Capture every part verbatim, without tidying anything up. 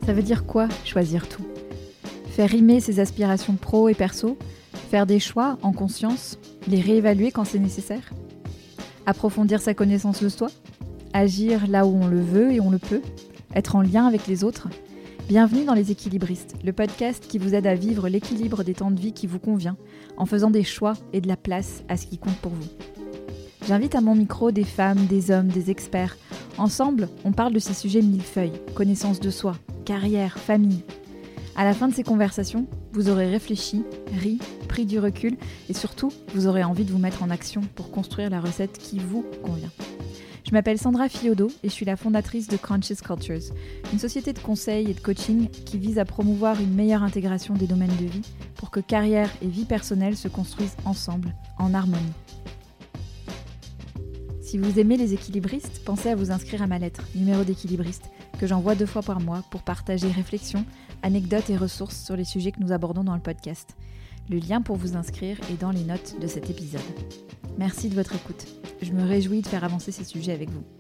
Ça veut dire quoi, choisir tout? Faire rimer ses aspirations pro et perso? Faire des choix en conscience? Les réévaluer quand c'est nécessaire? Approfondir sa connaissance de soi? Agir là où on le veut et on le peut? Être en lien avec les autres? Bienvenue dans Les Équilibristes, le podcast qui vous aide à vivre l'équilibre des temps de vie qui vous convient, en faisant des choix et de la place à ce qui compte pour vous. J'invite à mon micro des femmes, des hommes, des experts. Ensemble, on parle de ces sujets millefeuilles, connaissance de soi, carrière, famille. À la fin de ces conversations, vous aurez réfléchi, ri, pris du recul et surtout, vous aurez envie de vous mettre en action pour construire la recette qui vous convient. Je m'appelle Sandra Fiodo et je suis la fondatrice de Conscious Cultures, une société de conseil et de coaching qui vise à promouvoir une meilleure intégration des domaines de vie pour que carrière et vie personnelle se construisent ensemble, en harmonie. Si vous aimez les équilibristes, pensez à vous inscrire à ma lettre, numéro d'équilibriste, que j'envoie deux fois par mois pour partager réflexions, anecdotes et ressources sur les sujets que nous abordons dans le podcast. Le lien pour vous inscrire est dans les notes de cet épisode. Merci de votre écoute. Je me réjouis de faire avancer ces sujets avec vous.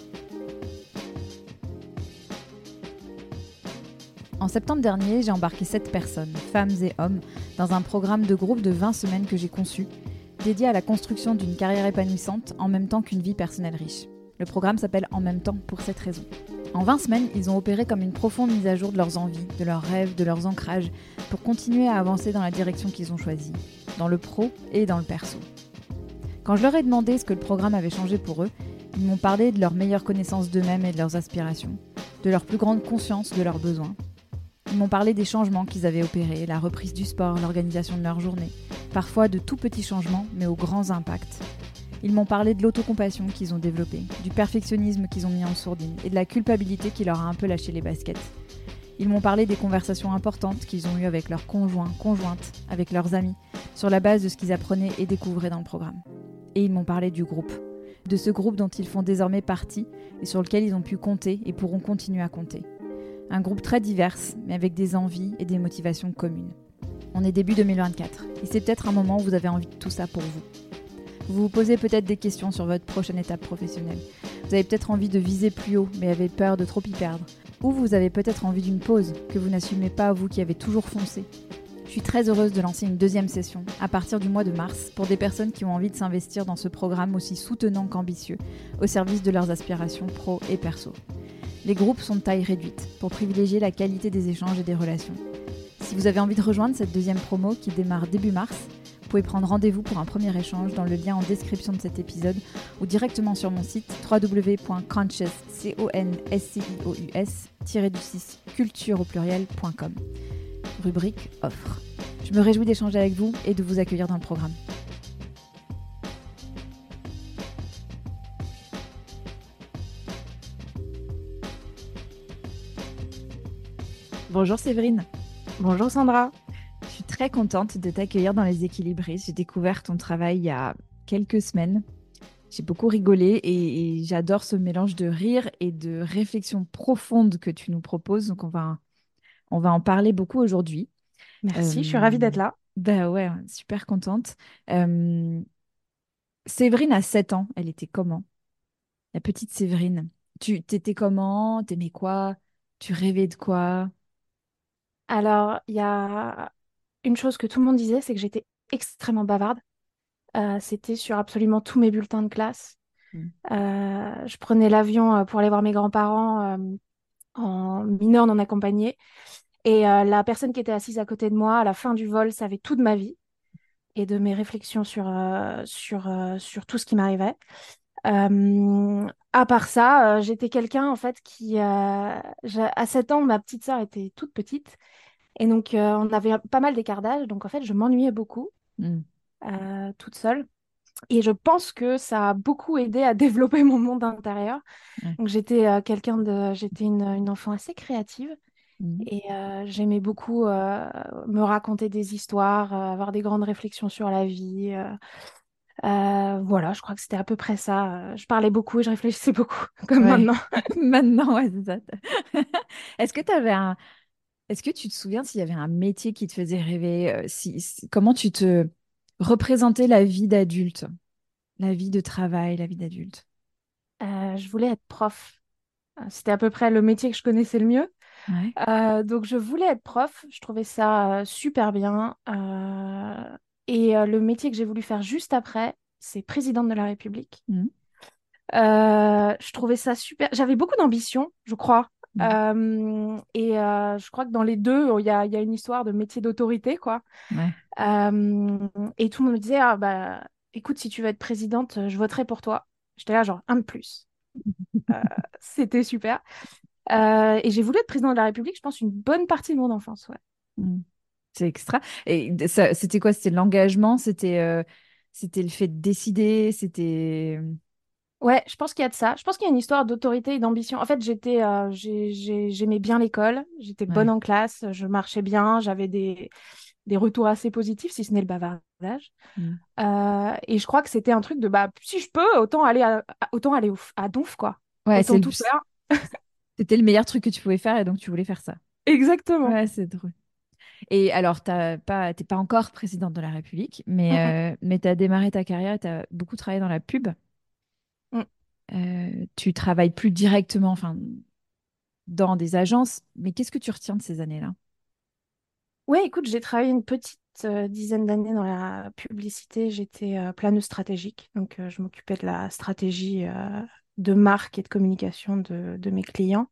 En septembre dernier, j'ai embarqué sept personnes, femmes et hommes, dans un programme de groupe de vingt semaines que j'ai conçu, dédié à la construction d'une carrière épanouissante en même temps qu'une vie personnelle riche. Le programme s'appelle En même temps pour cette raison. En vingt semaines, ils ont opéré comme une profonde mise à jour de leurs envies, de leurs rêves, de leurs ancrages, pour continuer à avancer dans la direction qu'ils ont choisie, dans le pro et dans le perso. Quand je leur ai demandé ce que le programme avait changé pour eux, ils m'ont parlé de leur meilleure connaissance d'eux-mêmes et de leurs aspirations, de leur plus grande conscience de leurs besoins. Ils m'ont parlé des changements qu'ils avaient opérés, la reprise du sport, l'organisation de leur journée, parfois de tout petits changements, mais aux grands impacts. Ils m'ont parlé de l'autocompassion qu'ils ont développée, du perfectionnisme qu'ils ont mis en sourdine et de la culpabilité qui leur a un peu lâché les baskets. Ils m'ont parlé des conversations importantes qu'ils ont eues avec leurs conjoints, conjointes, avec leurs amis, sur la base de ce qu'ils apprenaient et découvraient dans le programme. Et ils m'ont parlé du groupe, de ce groupe dont ils font désormais partie et sur lequel ils ont pu compter et pourront continuer à compter. Un groupe très divers, mais avec des envies et des motivations communes. On est début deux mille vingt-quatre, et c'est peut-être un moment où vous avez envie de tout ça pour vous. Vous vous posez peut-être des questions sur votre prochaine étape professionnelle. Vous avez peut-être envie de viser plus haut, mais avez peur de trop y perdre. Ou vous avez peut-être envie d'une pause, que vous n'assumez pas vous qui avez toujours foncé. Je suis très heureuse de lancer une deuxième session, à partir du mois de mars, pour des personnes qui ont envie de s'investir dans ce programme aussi soutenant qu'ambitieux, au service de leurs aspirations pro et perso. Les groupes sont de taille réduite, pour privilégier la qualité des échanges et des relations. Si vous avez envie de rejoindre cette deuxième promo qui démarre début mars, vous pouvez prendre rendez-vous pour un premier échange dans le lien en description de cet épisode ou directement sur mon site w w w point conscious culture au pluriel point com. Rubrique offre. Je me réjouis d'échanger avec vous et de vous accueillir dans le programme. Bonjour Séverine. Bonjour Sandra. Je suis très contente de t'accueillir dans Les Équilibristes. J'ai découvert ton travail il y a quelques semaines. J'ai beaucoup rigolé et, et j'adore ce mélange de rire et de réflexion profonde que tu nous proposes. Donc on va, on va en parler beaucoup aujourd'hui. Merci, Euh, je suis ravie d'être là. Bah ouais, super contente. Euh, Séverine a sept ans. Elle était comment? La petite Séverine. Tu t'étais comment? T'aimais quoi? Tu rêvais de quoi? Alors, il y a une chose que tout le monde disait, c'est que j'étais extrêmement bavarde. Euh, c'était sur absolument tous mes bulletins de classe. Mm. Euh, je prenais l'avion euh, pour aller voir mes grands-parents euh, en mineur non accompagné. Et euh, la personne qui était assise à côté de moi, à la fin du vol, savait tout de ma vie et de mes réflexions sur, euh, sur, euh, sur tout ce qui m'arrivait. Euh, à part ça, euh, j'étais quelqu'un en fait qui, euh, j'ai- à sept ans, ma petite sœur était toute petite et donc euh, on avait pas mal d'écart d'âge, donc en fait je m'ennuyais beaucoup Mm. euh, toute seule et je pense que ça a beaucoup aidé à développer mon monde intérieur. Ouais. Donc j'étais euh, quelqu'un de, j'étais une, une enfant assez créative Mm. et euh, j'aimais beaucoup euh, me raconter des histoires, euh, avoir des grandes réflexions sur la vie. euh, Euh, voilà, je crois que c'était à peu près ça. Euh, Je parlais beaucoup et je réfléchissais beaucoup, comme Ouais. maintenant. Maintenant, ouais, c'est ça. Est-ce que tu avais un... Est-ce que tu te souviens s'il y avait un métier qui te faisait rêver, euh, si, si- comment tu te représentais la vie d'adulte, la vie de travail, la vie d'adulte? Euh, je voulais être prof. Euh, C'était à peu près le métier que je connaissais le mieux. Ouais. Euh, donc, je voulais être prof. Je trouvais ça euh, super bien. Euh, et euh, le métier que j'ai voulu faire juste après, c'est présidente de la République. Mm. Euh, je trouvais ça super. J'avais beaucoup d'ambition, je crois. Mm. Euh, et euh, je crois que dans les deux, il y a, il y a une histoire de métier d'autorité, quoi. Ouais. Euh, et tout le monde me disait, ah, bah, écoute, si tu veux être présidente, je voterai pour toi. J'étais là, genre, un de plus. Euh, C'était super. Euh, et j'ai voulu être présidente de la République, je pense, une bonne partie de mon enfance, ouais. Mm. C'est extra. Et ça, c'était quoi? C'était l'engagement, c'était euh, c'était le fait de décider, c'était... Ouais, je pense qu'il y a de ça. Je pense qu'il y a une histoire d'autorité et d'ambition. En fait, j'étais, euh, j'ai- j'ai- j'aimais bien l'école, j'étais bonne Ouais. en classe, je marchais bien, j'avais des, des retours assez positifs, si ce n'est le bavardage. Mm. Euh, et je crois que c'était un truc de, bah, si je peux, autant aller à, à- autant aller au, à Donf, quoi. Ouais, c'est Autant le- tout faire. c'était le meilleur truc que tu pouvais faire et donc tu voulais faire ça. Exactement. Ouais, c'est drôle. Et alors, t'as pas, t'es pas encore présidente de la République, Mm, mm, mais, euh, mais tu as démarré ta carrière et tu as beaucoup travaillé dans la pub. mm. Euh, tu travailles plus directement, enfin, dans des agences, mais qu'est-ce que tu retiens de ces années-là? Ouais, écoute, j'ai travaillé une petite euh, dizaine d'années dans la publicité. J'étais euh, planeuse stratégique, donc euh, je m'occupais de la stratégie euh, de marque et de communication de, de mes clients.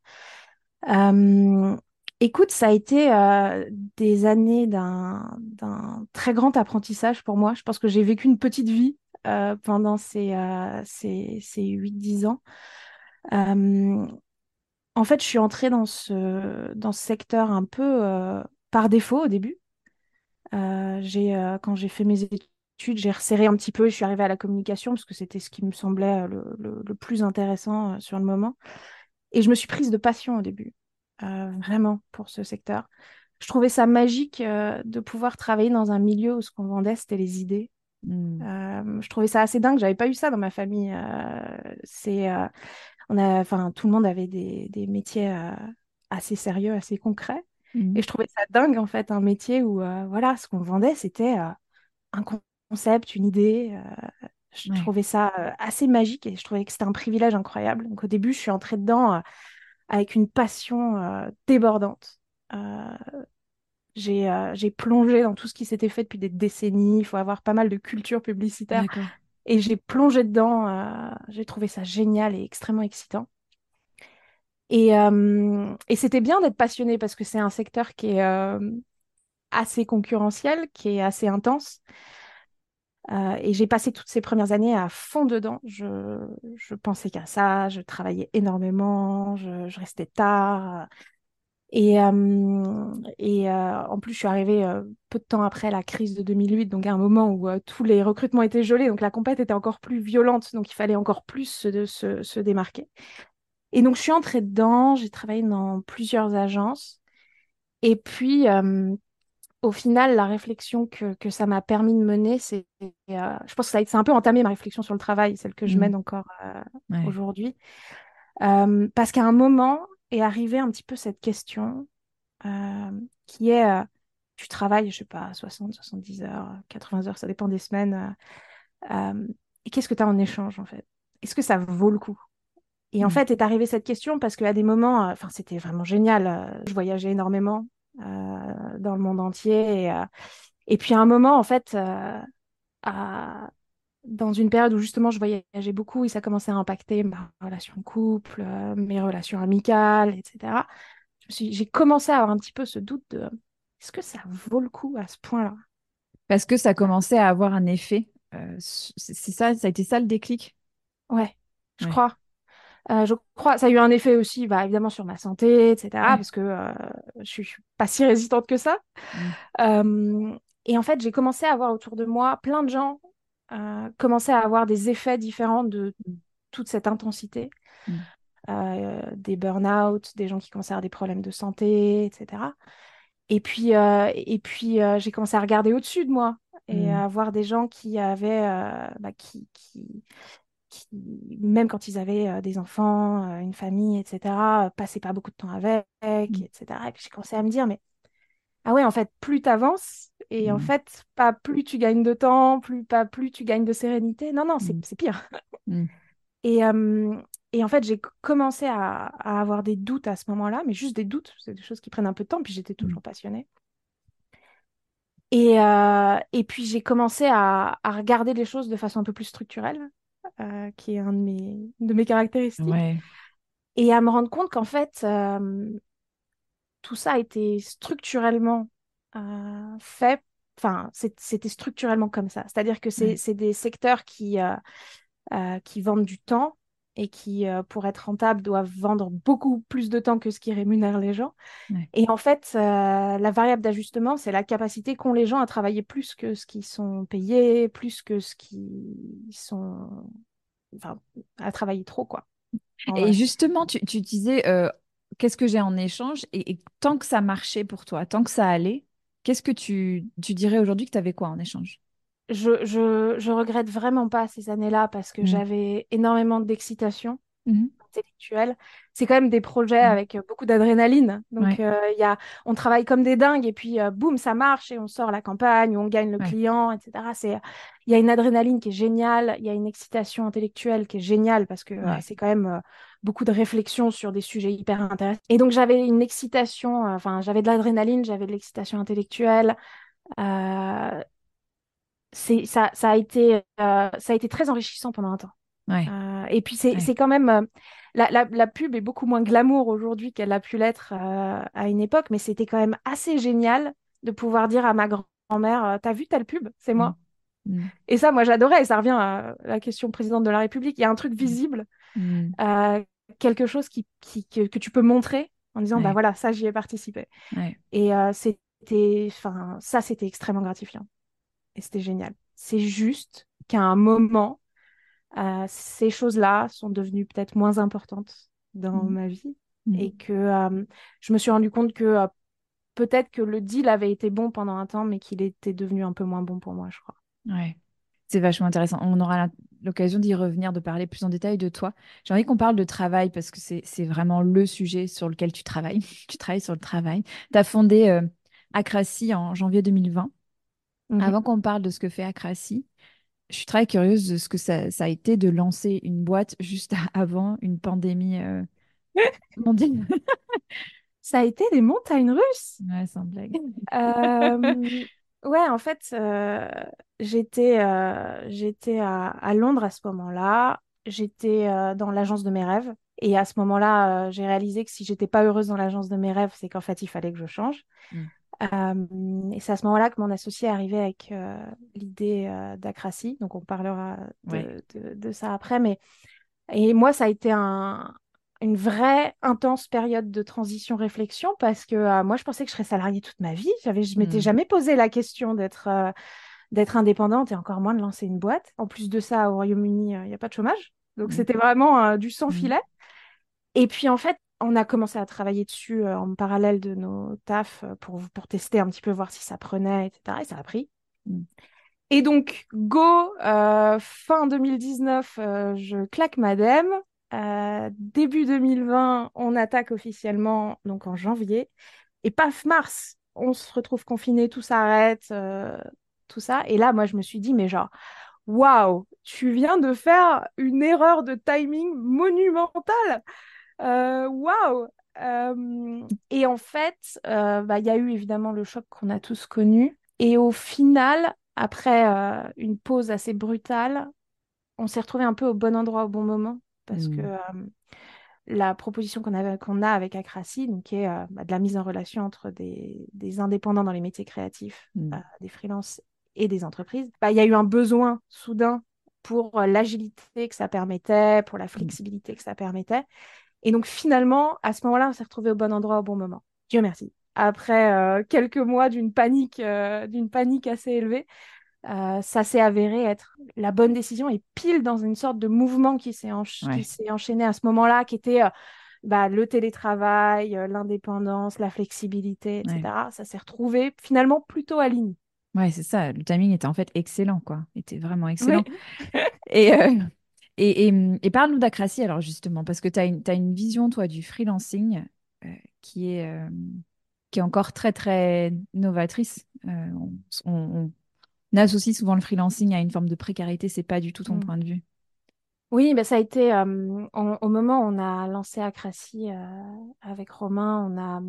Euh, Écoute, ça a été euh, des années d'un d'un très grand apprentissage pour moi. Je pense que j'ai vécu une petite vie euh, pendant ces, euh, ces, ces huit dix ans. Euh, En fait, je suis entrée dans ce, dans ce secteur un peu euh, par défaut au début. Euh, j'ai, euh, quand j'ai fait mes études, j'ai resserré un petit peu et je suis arrivée à la communication parce que c'était ce qui me semblait euh, le, le- le plus intéressant euh, sur le moment. Et je me suis prise de passion au début, euh, vraiment, pour ce secteur. Je trouvais ça magique euh, de pouvoir travailler dans un milieu où ce qu'on vendait, c'était les idées. Hmm. Euh, je trouvais ça assez dingue. J'avais pas eu ça dans ma famille. Euh, c'est, euh, on a, enfin, tout le monde avait des, des métiers euh, assez sérieux, assez concrets. Hmm. Et je trouvais ça dingue, en fait, un métier où, euh, voilà, ce qu'on vendait, c'était euh, un con- concept, une idée. Euh, je Ouais, trouvais ça euh, assez magique et je trouvais que c'était un privilège incroyable. Donc, au début, je suis entrée dedans euh, avec une passion euh, débordante. Euh, j'ai euh, j'ai plongé dans tout ce qui s'était fait depuis des décennies. Il faut avoir pas mal de culture publicitaire. d'accord. Et j'ai plongé dedans. Euh, j'ai trouvé ça génial et extrêmement excitant. Et, euh, et c'était bien d'être passionné parce que c'est un secteur qui est euh, assez concurrentiel, qui est assez intense. Euh, et j'ai passé toutes ces premières années à fond dedans. Je, je pensais qu'à ça, je travaillais énormément, je, je restais tard. Et, euh, et euh, en plus, je suis arrivée euh, peu de temps après la crise de deux mille huit, donc à un moment où euh, tous les recrutements étaient gelés, donc la compète était encore plus violente, donc il fallait encore plus se, se, se démarquer. Et donc, je suis entrée dedans, j'ai travaillé dans plusieurs agences. Et puis, euh, au final, la réflexion que, que ça m'a permis de mener, c'est, euh, je pense que ça a, c'est un peu entamé ma réflexion sur le travail, celle que je Hmm. mène encore euh, Ouais. aujourd'hui. Euh, parce qu'à un moment est arrivée un petit peu cette question euh, qui est, euh, tu travailles, je sais pas, soixante, soixante-dix heures, quatre-vingts heures, ça dépend des semaines. euh, euh, et qu'est-ce que tu as en échange, en fait? Est-ce que ça vaut le coup? Et en Hmm. fait, est arrivée cette question parce qu'à des moments, euh, enfin, c'était vraiment génial. euh, je voyageais énormément euh, dans le monde entier. Et, euh, et puis à un moment, en fait, euh, à- dans une période où justement je voyageais beaucoup et ça commençait à impacter ma relation de couple, euh, mes relations amicales, et cetera. Je me suis, j'ai commencé à avoir un petit peu ce doute de est-ce que ça vaut le coup à ce point-là? Parce que ça commençait à avoir un effet. Euh, s- c'est c'est ça, ça a été ça le déclic? Ouais, je Ouais. crois. Euh, je crois, ça a eu un effet aussi, bah, évidemment, sur ma santé, et cetera. Ouais. Parce que euh, je suis je suis pas si résistante que ça. Hmm. Euh, et en fait, j'ai commencé à avoir autour de moi plein de gens euh, commençaient à avoir des effets différents de toute cette intensité. Hmm. Euh, des burn-out, des gens qui commençaient à avoir des problèmes de santé, et cetera. Et puis, euh, et puis euh, j'ai commencé à regarder au-dessus de moi et Hmm. à voir des gens qui avaient, euh, bah, qui, qui, qui, même quand ils avaient euh, des enfants, euh, une famille, et cetera, euh, passaient pas beaucoup de temps avec, Hmm. et cetera. Et puis j'ai commencé à me dire, mais ah ouais, en fait, plus tu avances, et en Hmm. fait, pas plus tu gagnes de temps, plus pas plus tu gagnes de sérénité. Non, non, c'est Hmm. c'est pire. Hmm. Et, euh, Et en fait, j'ai c- commencé à, à avoir des doutes à ce moment-là, mais juste des doutes. C'est des choses qui prennent un peu de temps, puis j'étais Mm. toujours passionnée. Et, euh, et puis, j'ai commencé à, à regarder les choses de façon un peu plus structurelle, euh, qui est un de mes, de mes caractéristiques, Ouais. et à me rendre compte qu'en fait, euh, tout ça a été structurellement euh, fait. Enfin, c'est- c'était structurellement comme ça. C'est-à-dire que c'est Ouais. c'est des secteurs qui, euh, euh, qui vendent du temps et qui, euh, pour être rentables, doivent vendre beaucoup plus de temps que ce qui rémunère les gens. Ouais. Et en fait, euh, la variable d'ajustement, c'est la capacité qu'ont les gens à travailler plus que ce qu'ils sont payés, plus que ce qu'ils sont... Enfin, à travailler trop, quoi, en Et vrai. justement, tu, tu disais, euh, qu'est-ce que j'ai en échange? Et, et tant que ça marchait pour toi, tant que ça allait, qu'est-ce que tu, tu dirais aujourd'hui que tu avais quoi en échange? Je, je, je regrette vraiment pas ces années-là parce que Mm. j'avais énormément d'excitation Mhm. intellectuelle. C'est quand même des projets Mm. avec euh, beaucoup d'adrénaline. Donc, Ouais. euh, il y a, on travaille comme des dingues et puis, euh, boum, ça marche et on sort la campagne, ou on gagne le Ouais. client, et cetera. C'est, il y a une adrénaline qui est géniale, il y a une excitation intellectuelle qui est géniale parce que euh, Ouais. c'est quand même euh, beaucoup de réflexion sur des sujets hyper intéressants. Et donc, j'avais une excitation, euh, enfin, j'avais de l'adrénaline, j'avais de l'excitation intellectuelle. Euh, c'est, ça, ça a été, euh, ça a été très enrichissant pendant un temps. Ouais. Euh, et puis c'est Ouais. c'est quand même euh, la, la, la pub est beaucoup moins glamour aujourd'hui qu'elle a pu l'être euh, à une époque, mais c'était quand même assez génial de pouvoir dire à ma grand-mère, euh, t'as vu telle pub? C'est Mm. moi. Mm. Et ça, moi j'adorais, et ça revient à la question présidente de la République. Il y a un truc Ouais. visible, Mm. euh, quelque chose qui, qui, que, que tu peux montrer en disant, bah Ouais. voilà, ça j'y ai participé. Ouais. Et euh, c'était, enfin, ça c'était extrêmement gratifiant. Et c'était génial. C'est juste qu'à un moment, euh, ces choses-là sont devenues peut-être moins importantes dans Mm. ma vie Mm. et que euh, je me suis rendu compte que euh, peut-être que le deal avait été bon pendant un temps, mais qu'il était devenu un peu moins bon pour moi, je crois. Ouais. C'est vachement intéressant. On aura la- l'occasion d'y revenir, de parler plus en détail de toi. J'ai envie qu'on parle de travail parce que c'est c'est vraiment le sujet sur lequel tu travailles. Tu travailles sur le travail. Tu as fondé euh, Acracy en janvier deux mille vingt. Mhm. Avant qu'on parle de ce que fait Acracy, je suis très curieuse de ce que ça, ça a été de lancer une boîte juste avant une pandémie euh, mondiale. Ça a été des montagnes russes. Ouais, sans blague. Euh, ouais, en fait, euh, j'étais euh, j'étais à, à Londres à ce moment-là. J'étais euh, dans l'agence de mes rêves. Et à ce moment-là, euh, j'ai réalisé que si j'étais pas heureuse dans l'agence de mes rêves, c'est qu'en fait, il fallait que je change. Mm. Euh, et c'est à ce moment-là que mon associé est arrivé avec euh, l'idée euh, d'Acracy. Donc, on parlera Ouais. de, de- de ça après. Mais... Et moi, ça a été un- une vraie intense période de transition-réflexion parce que euh, moi, je pensais que je serais salariée toute ma vie. J'avais, je m'étais Mm. jamais posé la question d'être euh, d'être indépendante et encore moins de lancer une boîte. En plus de ça, au Royaume-Uni, euh, il n'y a pas de chômage. Donc, Mm. c'était vraiment euh, du sans Mm. filet. Et puis en fait, on a commencé à travailler dessus euh, en parallèle de nos tafs euh, pour, pour tester un petit peu, voir si ça prenait, et cetera. Et ça a pris. Mm. Et donc, go, euh, fin deux mille dix-neuf, euh, je claque madame. Euh, début deux mille vingt, on attaque officiellement, donc en janvier. Et paf, mars, on se retrouve confiné, tout s'arrête, euh, tout ça. Et là, moi, je me suis dit, mais genre, waouh, tu viens de faire une erreur de timing monumentale. Euh, Waouh! Euh, et en fait, euh, bah, il y a eu évidemment le choc qu'on a tous connu. Et au final, après euh, une pause assez brutale, on s'est retrouvé un peu au bon endroit au bon moment. Parce que Mm. euh, la proposition qu'on avait, qu'on a avec Acracy, donc, qui est euh, bah, de la mise en relation entre des, des indépendants dans les métiers créatifs, euh, Mm. des freelances et des entreprises, bah, il y a eu un besoin soudain pour euh, l'agilité que ça permettait, pour la Mm. flexibilité que ça permettait. Et donc finalement, à ce moment-là, on s'est retrouvé au bon endroit au bon moment. Dieu merci. Après euh, quelques mois d'une panique, euh, d'une panique assez élevée, euh, ça s'est avéré être la bonne décision et pile dans une sorte de mouvement qui s'est ench- qui Ouais. s'est enchaîné à ce moment-là, qui était euh, bah, le télétravail, euh, l'indépendance, la flexibilité, Ouais. et cetera. Ça s'est retrouvé finalement plutôt aligné. Ouais, c'est ça. Le timing était en fait excellent, quoi. Était vraiment excellent. Oui. Et, euh, et, et, et parle-nous d'Acracy, alors, justement, parce que tu as une, t'as une vision, toi, du freelancing euh, qui est, euh, qui est encore très, très novatrice. Euh, on, on- on associe souvent le freelancing à une forme de précarité. C'est pas du tout ton Mm. point de vue. Oui, ben ça a été euh, on- au moment où on a lancé Acracy euh, avec Romain, on a,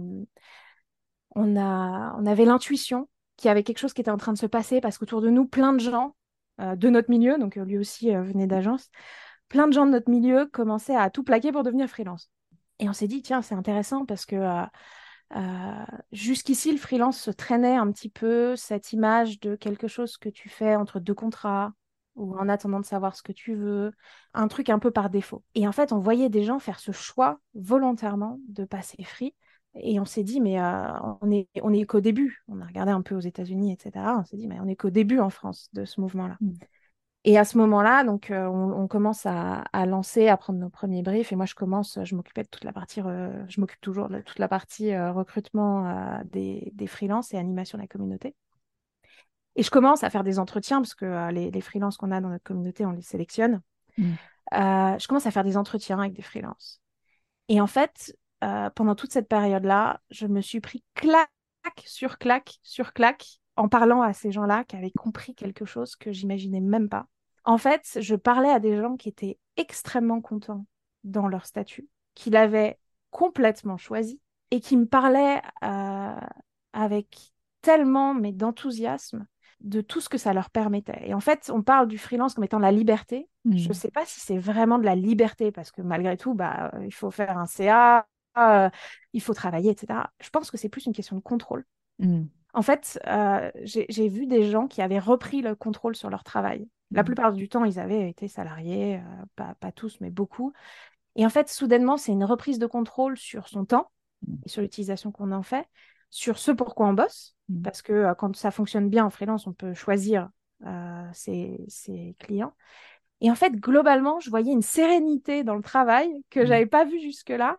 on a, on avait l'intuition qu'il y avait quelque chose qui était en train de se passer parce qu'autour de nous, plein de gens euh, de notre milieu, donc euh, lui aussi euh, venait d'agence, plein de gens de notre milieu commençaient à tout plaquer pour devenir freelance. Et on s'est dit, tiens, c'est intéressant parce que euh, euh, jusqu'ici, le freelance se traînait un petit peu cette image de quelque chose que tu fais entre deux contrats ou en attendant de savoir ce que tu veux, un truc un peu par défaut. Et en fait, on voyait des gens faire ce choix volontairement de passer free. Et on s'est dit, mais euh, on est, on est qu'au début. On a regardé un peu aux États-Unis, et cetera. On s'est dit, mais on est qu'au début en France de ce mouvement-là. Mm. Et à ce moment-là, donc, euh, on, on commence à, à lancer, à prendre nos premiers briefs. Et moi, je commence, je m'occupais de toute la partie, re- je m'occupe toujours de toute la partie euh, recrutement euh, des, des freelances et animation de la communauté. Et je commence à faire des entretiens, parce que euh, les, les freelances qu'on a dans notre communauté, on les sélectionne. Mm. Euh, je commence à faire des entretiens avec des freelances. Et en fait, euh, pendant toute cette période-là, je me suis pris claque sur claque sur claque en parlant à ces gens-là qui avaient compris quelque chose que j'imaginais même pas. En fait, je parlais à des gens qui étaient extrêmement contents dans leur statut, qui l'avaient complètement choisi et qui me parlaient euh, avec tellement mais d'enthousiasme de tout ce que ça leur permettait. Et en fait, on parle du freelance comme étant la liberté. Je ne Mm. sais pas si c'est vraiment de la liberté parce que malgré tout, bah, euh, il faut faire un C A, euh, il faut travailler, et cetera. Je pense que c'est plus une question de contrôle. Mm. En fait, euh, j'ai j'ai vu des gens qui avaient repris le contrôle sur leur travail. La Mm. plupart du temps, ils avaient été salariés, euh, pas, pas tous, mais beaucoup. Et en fait, soudainement, c'est une reprise de contrôle sur son temps et sur l'utilisation qu'on en fait, sur ce pourquoi on bosse. Mm. Parce que euh, quand ça fonctionne bien en freelance, on peut choisir euh, ses, ses clients. Et en fait, globalement, je voyais une sérénité dans le travail que Mm. j'avais pas vue jusque-là.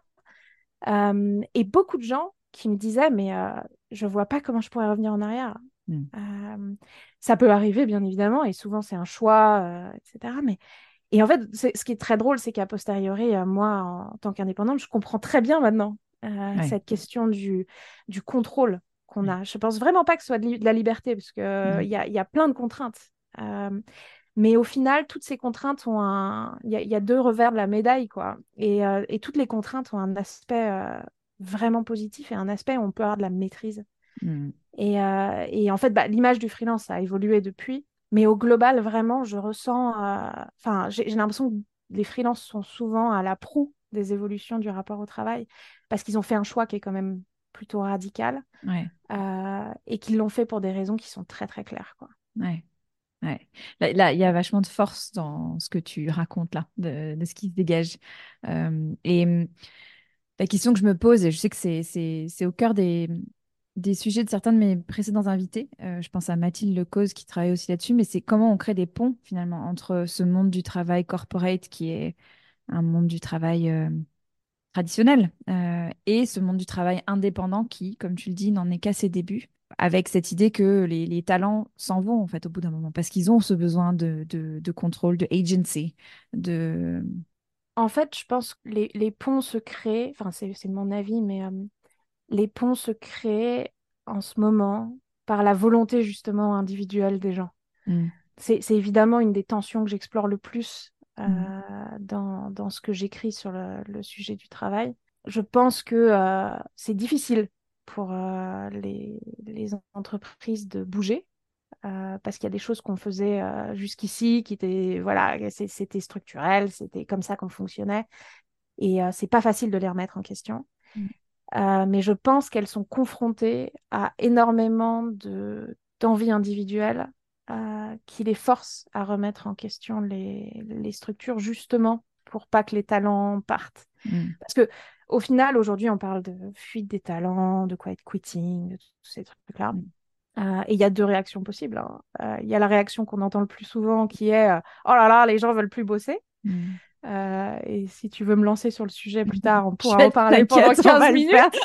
Euh, et beaucoup de gens qui me disaient, mais euh, je vois pas comment je pourrais revenir en arrière. Mm. Euh, Ça peut arriver, bien évidemment, et souvent c'est un choix, euh, et cetera. Mais... Et en fait, c'est- ce qui est très drôle, c'est qu'à posteriori, euh, moi, en, en tant qu'indépendante, je comprends très bien maintenant euh, Ouais. cette question du, du contrôle qu'on Ouais. a. Je pense vraiment pas que ce soit de, li- de la liberté, parce qu'il Mm. y a, il y a plein de contraintes. Euh, mais au final, toutes ces contraintes ont un... Il y a, il y a deux revers de la médaille, quoi. Et, euh, et toutes les contraintes ont un aspect euh, vraiment positif et un aspect où on peut avoir de la maîtrise. Mm. Et, euh, et en fait, bah, l'image du freelance a évolué depuis. Mais au global, vraiment, je ressens... euh, Enfin, j'ai j'ai l'impression que les freelances sont souvent à la proue des évolutions du rapport au travail parce qu'ils ont fait un choix qui est quand même plutôt radical Ouais. euh, et qu'ils l'ont fait pour des raisons qui sont très, très claires, quoi. Ouais. Ouais. Là, là, il y a vachement de force dans ce que tu racontes là, de, de ce qui se dégage. Euh, et hum, la question que je me pose, et je sais que c'est, c'est, c'est au cœur des, des sujets de certains de mes précédents invités, euh, je pense à Mathilde Lecause qui travaille aussi là-dessus, mais c'est comment on crée des ponts finalement entre ce monde du travail corporate qui est un monde du travail euh, traditionnel euh, et ce monde du travail indépendant qui, comme tu le dis, n'en est qu'à ses débuts, avec cette idée que les, les talents s'en vont en fait au bout d'un moment parce qu'ils ont ce besoin de, de, de contrôle, de agency, de... En fait, je pense que les, les ponts se créent, enfin c'est c'est mon avis, mais euh, les ponts se créent en ce moment par la volonté justement individuelle des gens. Mm, C'est c'est évidemment une des tensions que j'explore le plus mm, euh, dans, dans ce que j'écris sur le, le sujet du travail. Je pense que euh, c'est difficile pour euh, les, les entreprises de bouger euh, parce qu'il y a des choses qu'on faisait euh, jusqu'ici qui étaient, voilà, c'est- c'était structurel, c'était comme ça qu'on fonctionnait. Et euh, c'est pas facile de les remettre en question. mm, Euh, mais je pense qu'elles sont confrontées à énormément de d'envies individuelles euh, qui les forcent à remettre en question les, les structures justement pour pas que les talents partent. mm, Parce que au final, aujourd'hui, on parle de fuite des talents, de quiet quitting, de tous ces trucs-là. mm, Euh, et il y a deux réactions possibles, hein. Euh, Il y a la réaction qu'on entend le plus souvent qui est euh, oh là là, les gens veulent plus bosser. mm. Euh, et si tu veux me lancer sur le sujet plus tard, on pourra en Chouette, parler pendant t'inquiète, on quinze va le faire. minutes.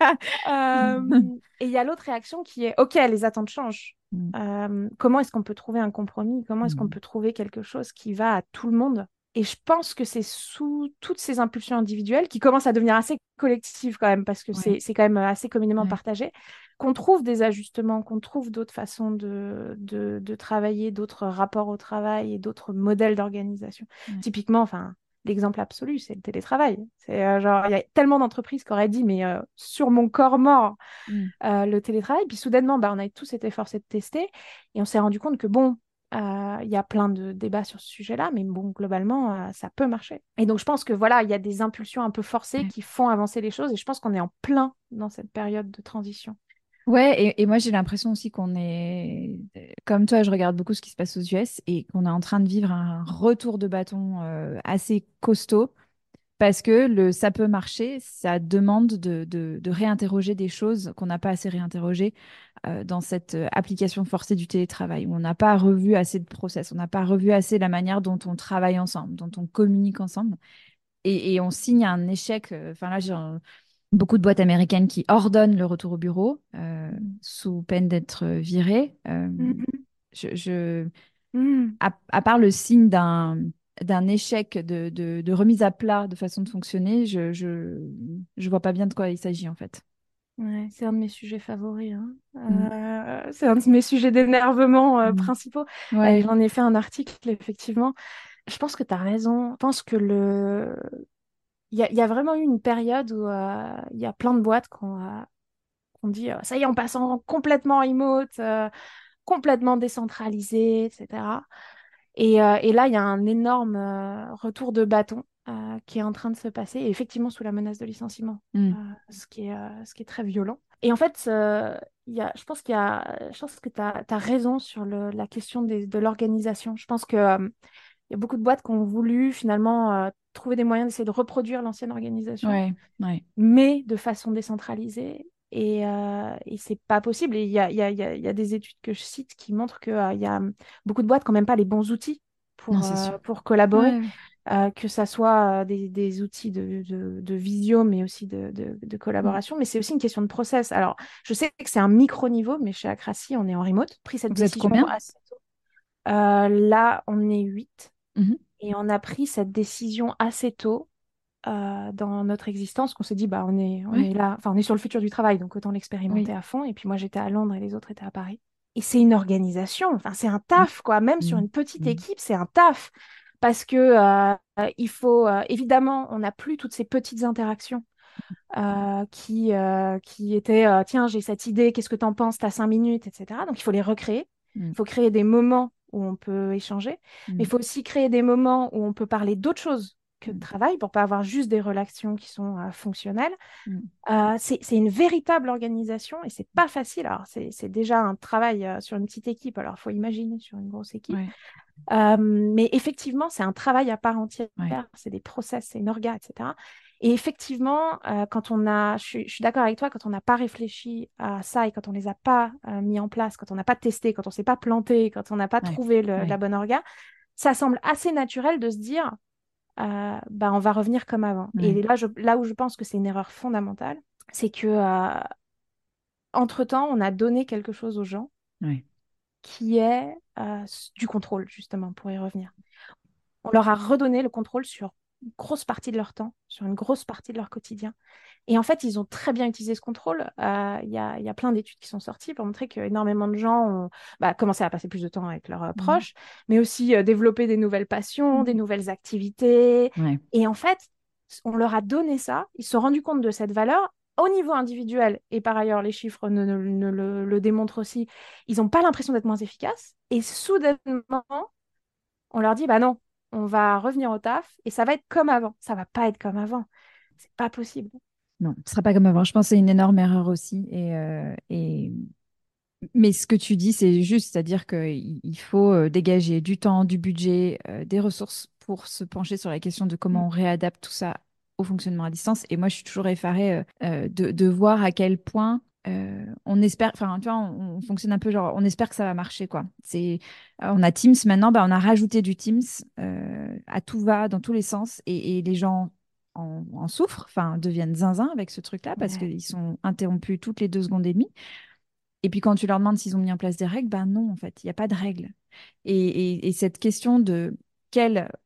Euh, et il y a l'autre réaction qui est OK, les attentes changent. Mm, Euh, comment est-ce qu'on peut trouver un compromis? Comment est-ce qu'on mm, peut trouver quelque chose qui va à tout le monde? Et je pense que c'est sous toutes ces impulsions individuelles qui commencent à devenir assez collectives quand même, parce que Ouais, c'est c'est quand même assez communément ouais, partagé, qu'on trouve des ajustements, qu'on trouve d'autres façons de, de, de travailler, d'autres rapports au travail et d'autres modèles d'organisation. ouais. Typiquement, enfin, l'exemple absolu, c'est le télétravail. C'est euh, genre, il y a tellement d'entreprises qui auraient dit, mais euh, sur mon corps mort, Mm. euh, le télétravail. Puis soudainement, bah, on a tous été forcés de tester et on s'est rendu compte que bon, euh, il y a plein de débats sur ce sujet-là, mais bon, globalement, euh, ça peut marcher. Et donc, je pense que voilà, il y a des impulsions un peu forcées Ouais. qui font avancer les choses et je pense qu'on est en plein dans cette période de transition. Ouais, et, et moi j'ai l'impression aussi qu'on est, comme toi, je regarde beaucoup ce qui se passe aux U S et qu'on est en train de vivre un retour de bâton euh, assez costaud parce que le ça peut marcher, ça demande de, de, de réinterroger des choses qu'on n'a pas assez réinterrogées euh, dans cette euh, application forcée du télétravail, où on n'a pas revu assez de process, on n'a pas revu assez la manière dont on travaille ensemble, dont on communique ensemble. Et, et on signe un échec. euh, Enfin là, j'ai un- beaucoup de boîtes américaines qui ordonnent le retour au bureau euh, Mm. sous peine d'être virées. Euh, Mhm. je, je- Mm. à, à part le signe d'un d'un échec de, de, de remise à plat de façon de fonctionner, je, je, je vois pas bien de quoi il s'agit en fait. Ouais, c'est un de mes sujets favoris, hein. Mm. Euh, c'est un de mes sujets d'énervement euh, Mm. principaux. Et Ouais, j'en ai fait un article, effectivement. Je pense que tu as raison. Je pense que le... Il y a, il y a vraiment eu une période où euh, il y a plein de boîtes qui ont, euh, qui ont dit euh, ça y est, on passe en complètement remote, euh, complètement décentralisé, et cetera. Et, euh, et là, il y a un énorme euh, retour de bâton euh, qui est en train de se passer, et effectivement sous la menace de licenciement, euh, Mm. ce qui est, euh, ce qui est très violent. Et en fait, euh, il y a, je pense qu'il y a, je pense que tu as, raison sur le- la question des- de l'organisation. Je pense que, euh, il y a beaucoup de boîtes qui ont voulu finalement euh, trouver des moyens d'essayer de reproduire l'ancienne organisation, Ouais, ouais, mais de façon décentralisée. Et, euh, et c'est pas possible. Et il y a, il y a- il y a- il y a des études que je cite qui montrent qu'il y a hum, beaucoup de boîtes qui n'ont même pas les bons outils non, pour, c'est euh, sûr. pour collaborer, Ouais, ouais. euh, que ça soit euh, des, des outils de, de, de visio, mais aussi de, de, de Mm. collaboration. Mais c'est aussi une question de process. Alors, je sais que c'est un micro-niveau, mais chez Acracy, on est en remote. Pris cette Vous êtes décision combien? assez tôt. Euh, là, on est huit. Mhm. Et on a pris cette décision assez tôt euh, dans notre existence qu'on s'est dit, bah, on est, on est Ouais, là, enfin, on est sur le futur du travail, donc autant l'expérimenter oui. à fond. Et puis moi, j'étais à Londres et les autres étaient à Paris. Et c'est une organisation, enfin, c'est un Mm. taf, quoi. Même sur Mm. une petite Mm. équipe, c'est un taf. Parce que euh, euh, il faut, euh, évidemment, on n'a plus toutes ces petites interactions euh, qui, euh, qui étaient, euh, tiens, j'ai cette idée, qu'est-ce que tu en penses, t'as cinq minutes, et cetera. Donc il faut les recréer. Mm. Il faut créer des moments où on peut échanger, mais il Mm. faut aussi créer des moments où on peut parler d'autre chose que de Mm. travail pour pas avoir juste des relations qui sont euh, fonctionnelles. Mm. Euh, c'est, c'est une véritable organisation et c'est pas facile. Alors, c'est, c'est déjà un travail euh, sur une petite équipe, alors il faut imaginer sur une grosse équipe. Ouais, Euh, mais effectivement, c'est un travail à part entière. ouais, C'est des process, c'est une orga, et cetera. Et effectivement, euh, quand on a, je suis, je suis d'accord avec toi, quand on n'a pas réfléchi à ça et quand on les a pas euh, mis en place, quand on n'a pas testé, quand on s'est pas planté, quand on n'a pas ouais, trouvé le- la ouais, bonne orga, ça semble assez naturel de se dire, euh, bah, on va revenir comme avant. ouais, Et là, je- là où je pense que c'est une erreur fondamentale, c'est que euh, entre-temps, on a donné quelque chose aux gens ouais. qui est euh, du contrôle, justement, pour y revenir. On leur a redonné le contrôle sur une grosse partie de leur temps, sur une grosse partie de leur quotidien. Et en fait, ils ont très bien utilisé ce contrôle. Euh, Il y a, il y a plein d'études qui sont sorties pour montrer qu'énormément de gens ont bah, commencé à passer plus de temps avec leurs euh, Mm. proches, mais aussi euh, développer des nouvelles passions, des nouvelles activités. Ouais, Et en fait, on leur a donné ça. Ils se sont rendus compte de cette valeur au niveau individuel. Et par ailleurs, les chiffres ne, ne- ne le, le démontrent aussi. Ils n'ont pas l'impression d'être moins efficaces. Et soudainement, on leur dit, bah non, on va revenir au taf et ça va être comme avant. Ça va pas être comme avant. C'est pas possible. non, ce sera pas comme avant. Je pense que c'est une énorme erreur aussi. Et, euh, et... Mais ce que tu dis, c'est juste, c'est-à-dire qu'il il faut euh, dégager du temps, du budget, euh, des ressources pour se pencher sur la question de Mm. comment on réadapte tout ça au fonctionnement à distance. Et moi, je suis toujours effarée euh, euh, de, de voir à quel point euh, on espère, enfin, tu vois, on, on fonctionne un peu genre, on espère que ça va marcher, quoi. C'est, euh, on a Teams maintenant, bah, on a rajouté du Teams euh, à tout va, dans tous les sens, et, et les gens en, en souffrent, enfin, deviennent zinzin avec ce truc-là parce Ouais. qu'ils sont interrompus toutes les deux secondes et demie. Et puis quand tu leur demandes s'ils ont mis en place des règles, ben non, en fait, il n'y a pas de règles. Et, et- et cette question de quelle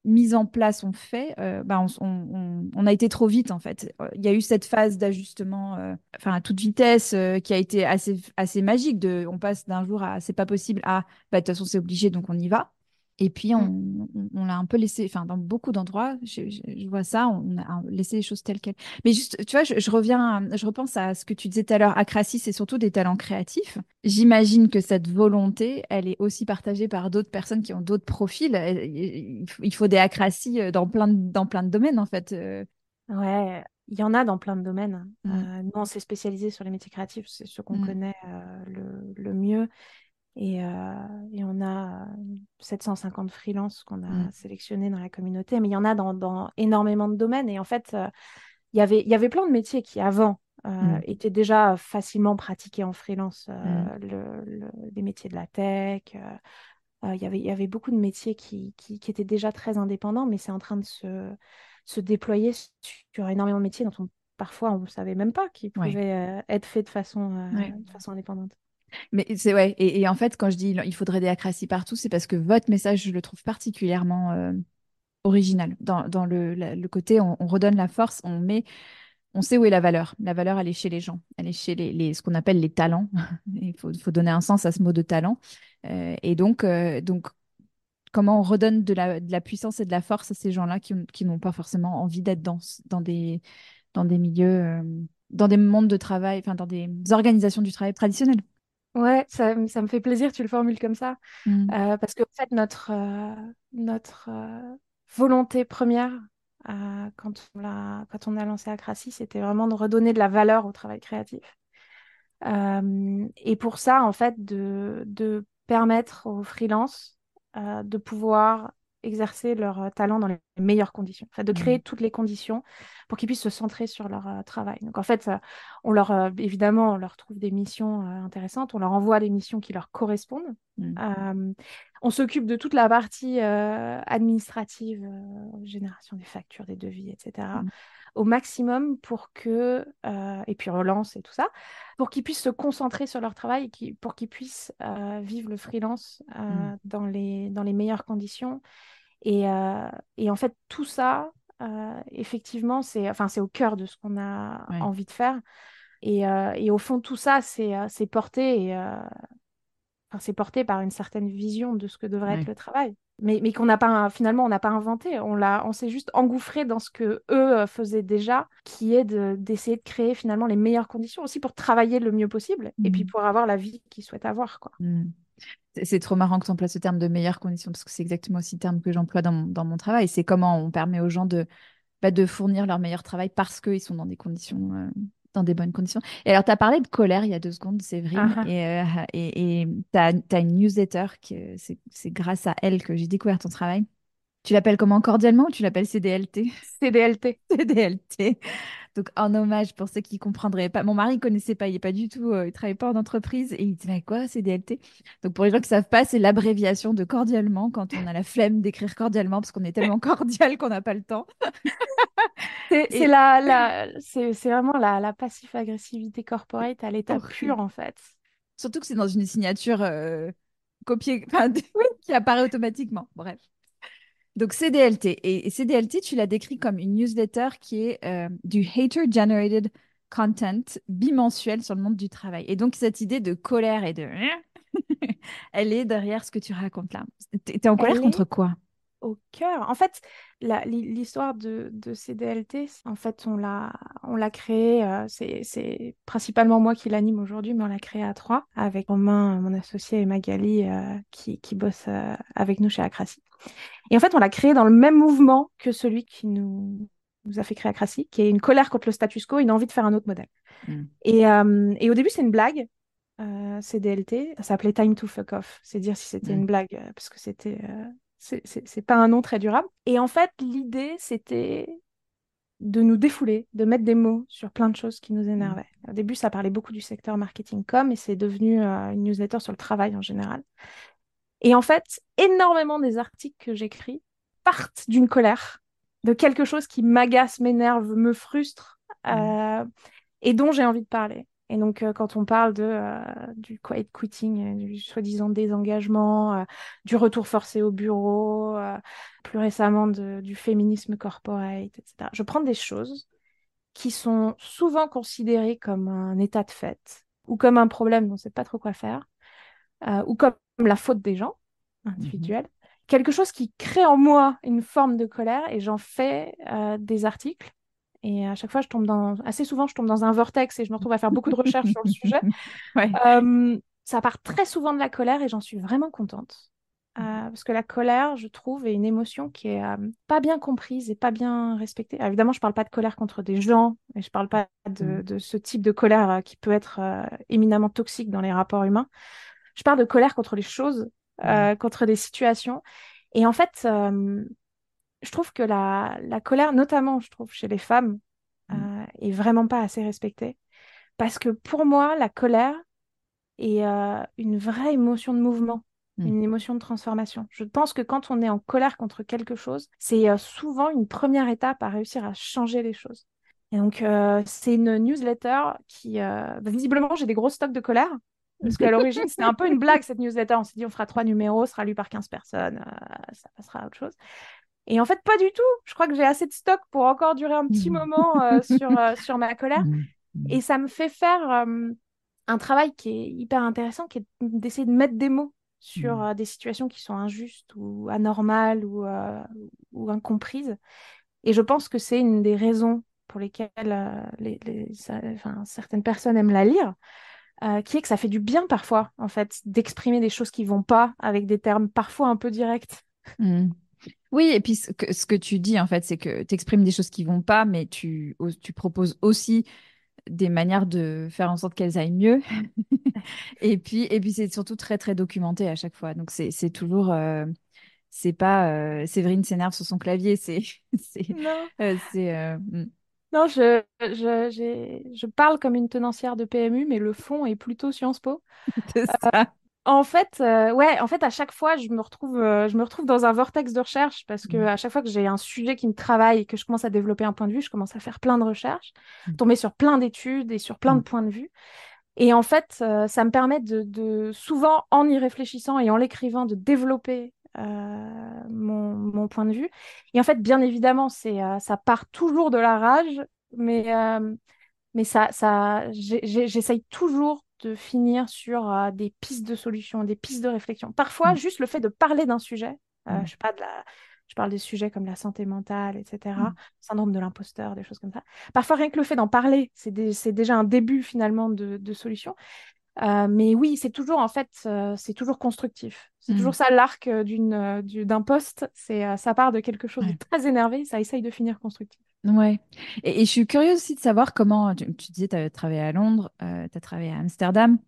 mis en place, on fait, euh, bah, on, on- on- on a été trop vite en fait. Euh, Il y a eu cette phase d'ajustement, euh, enfin à toute vitesse, euh, qui a été assez, assez magique. De, on passe d'un jour à c'est pas possible à bah, de toute façon c'est obligé donc on y va. Et puis Mm. on, on, on l'a un peu laissé, enfin dans beaucoup d'endroits, je, je- je vois ça, on a laissé les choses telles quelles. Mais juste, tu vois, je, je reviens, à- je repense à ce que tu disais tout à l'heure, Acracy, c'est surtout des talents créatifs. J'imagine que cette volonté, elle est aussi partagée par d'autres personnes qui ont d'autres profils. Elle- Il faut il faut des Acracy euh, dans plein de, dans plein de domaines, en fait. Euh, Ouais, il y en a dans plein de domaines. mm, Euh, nous, on s'est spécialisé sur les métiers créatifs, c'est ceux qu'on mm, connaît euh, le, le mieux. Et, euh, et on a euh, sept cent cinquante freelances qu'on mm, a sélectionnés dans la communauté, mais il y en a dans, dans énormément de domaines. Et en fait, euh, il y avait, il y avait plein de métiers qui, avant, euh, mm, étaient déjà facilement pratiqués en freelance. mm, Euh, le, le- les métiers de la tech, euh, euh, il y avait, il y avait beaucoup de métiers qui, qui, qui étaient déjà très indépendants, mais c'est en train de se, se déployer sur énormément de métiers dont on, parfois on ne savait même pas qu'ils ouais, pouvaient euh, être faits de façon, ouais. euh, de façon indépendante. Mais c'est ouais. Et, et en fait, quand je dis il faudrait des Acracy partout, c'est parce que votre message, je le trouve particulièrement euh, original. Dans, dans le, la- le côté, on, on redonne la force, on met on sait où est la valeur. La valeur, elle est chez les gens. Elle est chez les, les- ce qu'on appelle les talents. Il faut, faut donner un sens à ce mot de talent. Euh, et donc, euh, donc, comment on redonne de la, de la puissance et de la force à ces gens-là qui, ont- qui n'ont pas forcément envie d'être dans, ce- dans des, dans des milieux, euh, dans des mondes de travail, enfin, dans des organisations du travail traditionnelles. Ouais, ça, m- ça me fait plaisir que tu le formules comme ça, Mm, euh, parce que en fait, notre, euh, notre euh, volonté première, euh, quand on l'a, quand on a lancé Acracy, c'était vraiment de redonner de la valeur au travail créatif. Euh, et pour ça, en fait, de, de permettre aux freelances euh, de pouvoir exercer leur euh, talent dans les meilleures conditions. En fait, de créer mm, toutes les conditions pour qu'ils puissent se centrer sur leur euh, travail. Donc, en fait, euh, on leur, euh, évidemment, on leur trouve des missions euh, intéressantes, on leur envoie des missions qui leur correspondent. mm, Euh, on s'occupe de toute la partie euh, administrative, euh, génération des factures, des devis, et cetera, mm, au maximum pour que, euh, et puis relance et tout ça, pour qu'ils puissent se concentrer sur leur travail et qui- pour qu'ils puissent euh, vivre le freelance mm. euh, dans les, dans les meilleures conditions. Et, euh, et en fait, tout ça, euh, effectivement, c'est enfin, c'est au cœur de ce qu'on a Ouais. envie de faire. Et, euh, et au fond, tout ça, c'est euh, c'est porté, et, euh, enfin, c'est porté par une certaine vision de ce que devrait être Ouais. le travail. Mais, mais qu'on n'a pas, finalement, on n'a pas inventé. On l'a, on s'est juste engouffré dans ce que eux euh, faisaient déjà, qui est de- d'essayer de créer finalement les meilleures conditions aussi pour travailler le mieux possible et puis Mm, pour avoir la vie qu'ils souhaitent avoir, quoi. mm. C'est c'est trop marrant que tu emploies ce terme de meilleures conditions parce que c'est exactement aussi le terme que j'emploie dans mon, dans mon travail. C'est comment on permet aux gens de, bah, de fournir leur meilleur travail parce qu'ils sont dans des conditions, euh, dans des bonnes conditions. Et alors, tu as parlé de colère il y a deux secondes, Séverine, Ah, et euh, et tu as, une newsletter, qui, euh, c'est c'est grâce à elle que j'ai découvert ton travail. Tu l'appelles comment, cordialement, ou tu l'appelles C D L T? C D L T. C D L T. Donc, en hommage, pour ceux qui ne comprendraient pas, mon mari ne connaissait pas, il n'est pas du tout, euh, il ne travaillait pas en entreprise, et il dit, mais quoi, C D L T? Donc, pour les gens qui ne savent pas, c'est l'abréviation de cordialement, quand on a la flemme d'écrire cordialement, parce qu'on est tellement cordial qu'on n'a pas le temps. C'est c'est Et la, la, c'est c'est vraiment la, la passif-agressivité corporate à l'état horrible. pur, en fait. Surtout que c'est dans une signature euh, copiée, enfin, qui apparaît automatiquement. Bref. Donc C D L T. Et, et C D L T, tu l'as décrit comme une newsletter qui est euh, du hater-generated content bimensuel sur le monde du travail. Et donc cette idée de colère et de... Elle est derrière ce que tu racontes là. T'es t'es en colère Elle contre est quoi? au cœur. En fait, la- l'hi- l'histoire de, de C D L T, c'est- en fait, on l'a, on l'a créé, euh, c'est, c'est principalement moi qui l'anime aujourd'hui, mais on l'a créé à trois, avec Romain, mon associé, et Magali, euh, qui, qui bosse euh, avec nous chez Acracy. Et en fait, on l'a créé dans le même mouvement que celui qui nous, nous a fait créer Acracy, qui est une colère contre le status quo, une envie de faire un autre modèle. Mm, Et, euh, et au début, c'est une blague. Euh, C D L T, ça s'appelait Time to Fuck Off. C'est dire si c'était une mm, blague, euh, parce que c'était, euh, c'est c'est- c'est pas un nom très durable. Et en fait, l'idée, c'était de nous défouler, de mettre des mots sur plein de choses qui nous mm, énervaient. Au début, ça parlait beaucoup du secteur marketing com, et c'est devenu euh, une newsletter sur le travail en général. Et en fait, énormément des articles que j'écris partent d'une colère, de quelque chose qui m'agace, m'énerve, me frustre, mm, euh, et dont j'ai envie de parler. Et donc, euh, quand on parle de, euh, du quiet quitting, euh, du soi-disant désengagement, euh, du retour forcé au bureau, euh, plus récemment de- du féminisme corporate, et cetera, je prends des choses qui sont souvent considérées comme un état de fait ou comme un problème dont on ne sait pas trop quoi faire, euh, ou comme la faute des gens Mhm. individuels. Quelque chose qui crée en moi une forme de colère et j'en fais euh, des articles. Et à chaque fois, je tombe dans, assez souvent, je tombe dans un vortex et je me retrouve à faire beaucoup de recherches sur le sujet. Ouais. Euh, ça part très souvent de la colère et j'en suis vraiment contente. Euh, parce que la colère, je trouve, est une émotion qui est euh, pas bien comprise et pas bien respectée. Alors, évidemment, je parle pas de colère contre des gens et je parle pas de, Mhm. de ce type de colère euh, qui peut être euh, éminemment toxique dans les rapports humains. Je parle de colère contre les choses, Mhm. euh, contre des situations. Et en fait, euh, je trouve que la, la colère, notamment, je trouve, chez les femmes, euh, est vraiment pas assez respectée. Parce que pour moi, la colère est euh, une vraie émotion de mouvement, Mhm. une émotion de transformation. Je pense que quand on est en colère contre quelque chose, c'est euh, souvent une première étape à réussir à changer les choses. Et donc, euh, c'est une newsletter qui, euh, bah, visiblement, j'ai des gros stocks de colère. Parce qu'à l'origine, c'était un peu une blague, cette newsletter. On s'est dit, on fera trois numéros, sera lu par quinze personnes, euh, ça passera à autre chose. Et en fait, pas du tout. Je crois que j'ai assez de stock pour encore durer un petit Mhm. moment euh, sur, euh, sur ma colère. Mhm. Mhm. Et ça me fait faire euh, un travail qui est hyper intéressant, qui est d'essayer de mettre des mots sur Mhm. euh, des situations qui sont injustes ou anormales ou, euh, ou incomprises. Et je pense que c'est une des raisons pour lesquelles euh, les, les- ça- enfin, certaines personnes aiment la lire, euh, qui est que ça fait du bien parfois, en fait, d'exprimer des choses qui vont pas avec des termes parfois un peu directs. Mhm. Oui, et puis ce que, ce que tu dis, en fait, c'est que tu exprimes des choses qui vont pas, mais tu, tu proposes aussi des manières de faire en sorte qu'elles aillent mieux. Et puis, et puis c'est surtout très, très documenté à chaque fois. Donc, c'est, c'est toujours, euh, c'est pas euh, Séverine s'énerve sur son clavier, c'est, c'est, Non. euh, c'est, euh, mm, Non, je, je, j'ai- je parle comme une tenancière de P M U, mais le fond est plutôt Sciences Po. c'est ça. En fait, euh, ouais, en fait, à chaque fois, je me retrouve, euh, je me retrouve dans un vortex de recherche parce que Mm, à chaque fois que j'ai un sujet qui me travaille et que je commence à développer un point de vue, je commence à faire plein de recherches, mm, tomber sur plein d'études et sur plein de mm, points de vue. Et en fait, euh, ça me permet de, de souvent, en y réfléchissant et en l'écrivant, de développer euh, mon, mon point de vue. Et en fait, bien évidemment, c'est, euh, ça part toujours de la rage, mais euh, mais ça, ça, j'ai- j'ai- j'essaye toujours de finir sur euh, des pistes de solutions, des pistes de réflexion. Parfois, mm, juste le fait de parler d'un sujet, euh, mm, je sais pas, de la, je parle des sujets comme la santé mentale, et cetera, mm. syndrome de l'imposteur, des choses comme ça. Parfois, rien que le fait d'en parler, c'est dé- c'est déjà un début finalement de, de solution. Euh, mais oui, c'est toujours en fait, euh, c'est toujours constructif. C'est toujours Mm. ça l'arc euh, d'une, euh, du- d'un poste. C'est, euh, ça part de quelque chose de Ouais. très énervé, ça essaye de finir constructif. Ouais. Et, et je suis curieuse aussi de savoir comment, tu, tu disais, tu as travaillé à Londres, tu as travaillé à Amsterdam.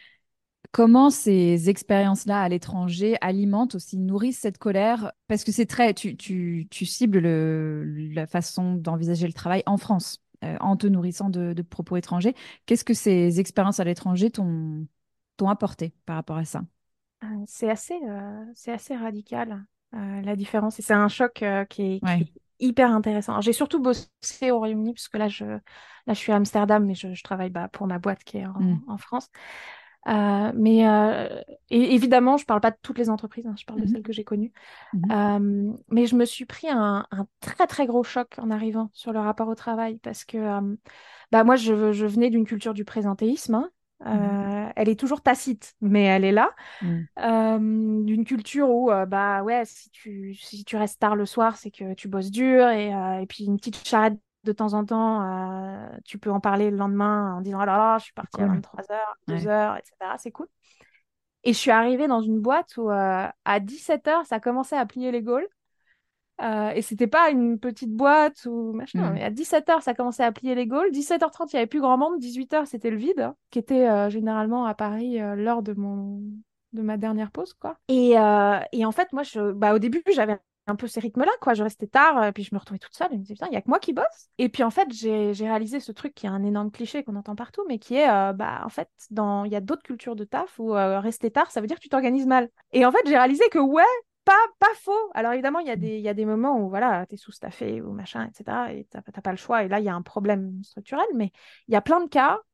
Comment ces expériences-là à l'étranger alimentent aussi, nourrissent cette colère? Parce que c'est très, tu, tu, tu cibles le, la façon d'envisager le travail en France, euh, en te nourrissant de, de propos étrangers. Qu'est-ce que ces expériences à l'étranger t'ont, t'ont apporté par rapport à ça? Euh, C'est assez, euh, c'est assez radical, euh, la différence. Et c'est un choc euh, qui est, qui Ouais. est hyper intéressant. Alors, j'ai surtout bossé au Royaume-Uni, puisque là, je, là, je suis à Amsterdam, mais je, je travaille bah, pour ma boîte qui est en, Mm. en France. Euh, mais euh, et évidemment, je parle pas de toutes les entreprises, hein, je parle de Mhm. celles que j'ai connues. Mhm. Euh, mais je me suis pris un, un très, très gros choc en arrivant sur le rapport au travail, parce que euh, bah, moi, je, je venais d'une culture du présentéisme, hein. Mhm. Euh, elle est toujours tacite, mais elle est là. Mm. Euh, d'une culture où euh, bah ouais, si tu si tu restes tard le soir, c'est que tu bosses dur et, euh, et puis une petite charrette de temps en temps, euh, tu peux en parler le lendemain en disant oh là là, je suis C'est partie à cool. vingt-trois heures, deux Ouais. heures, et cetera. C'est cool. Et je suis arrivée dans une boîte où euh, à dix-sept heures, ça commençait à plier les gaules. Euh, et c'était pas une petite boîte ou machin, Mm. mais à dix-sept heures, ça commençait à plier les gaules. dix-sept heures trente, il n'y avait plus grand monde. dix-huit heures, c'était le vide, hein, qui était euh, généralement à Paris euh, l'heure de mon... de ma dernière pause, quoi. Et, euh, et en fait, moi, je... bah, au début, j'avais un peu ces rythmes-là, quoi. Je restais tard, euh, puis je me retrouvais toute seule. Et je me disais, putain, il n'y a que moi qui bosse. Et puis, en fait, j'ai j'ai réalisé ce truc qui est un énorme cliché qu'on entend partout, mais qui est, euh, bah, en fait, dans... il y a d'autres cultures de taf où euh, rester tard, ça veut dire que tu t'organises mal. Et en fait, j'ai réalisé que, ouais, pas, pas faux. Alors évidemment, il y a des, il y a des moments où voilà, tu es sous-staffé ou machin, et cetera. Et t'as t'as pas le choix. Et là, il y a un problème structurel. Mais il y a plein de cas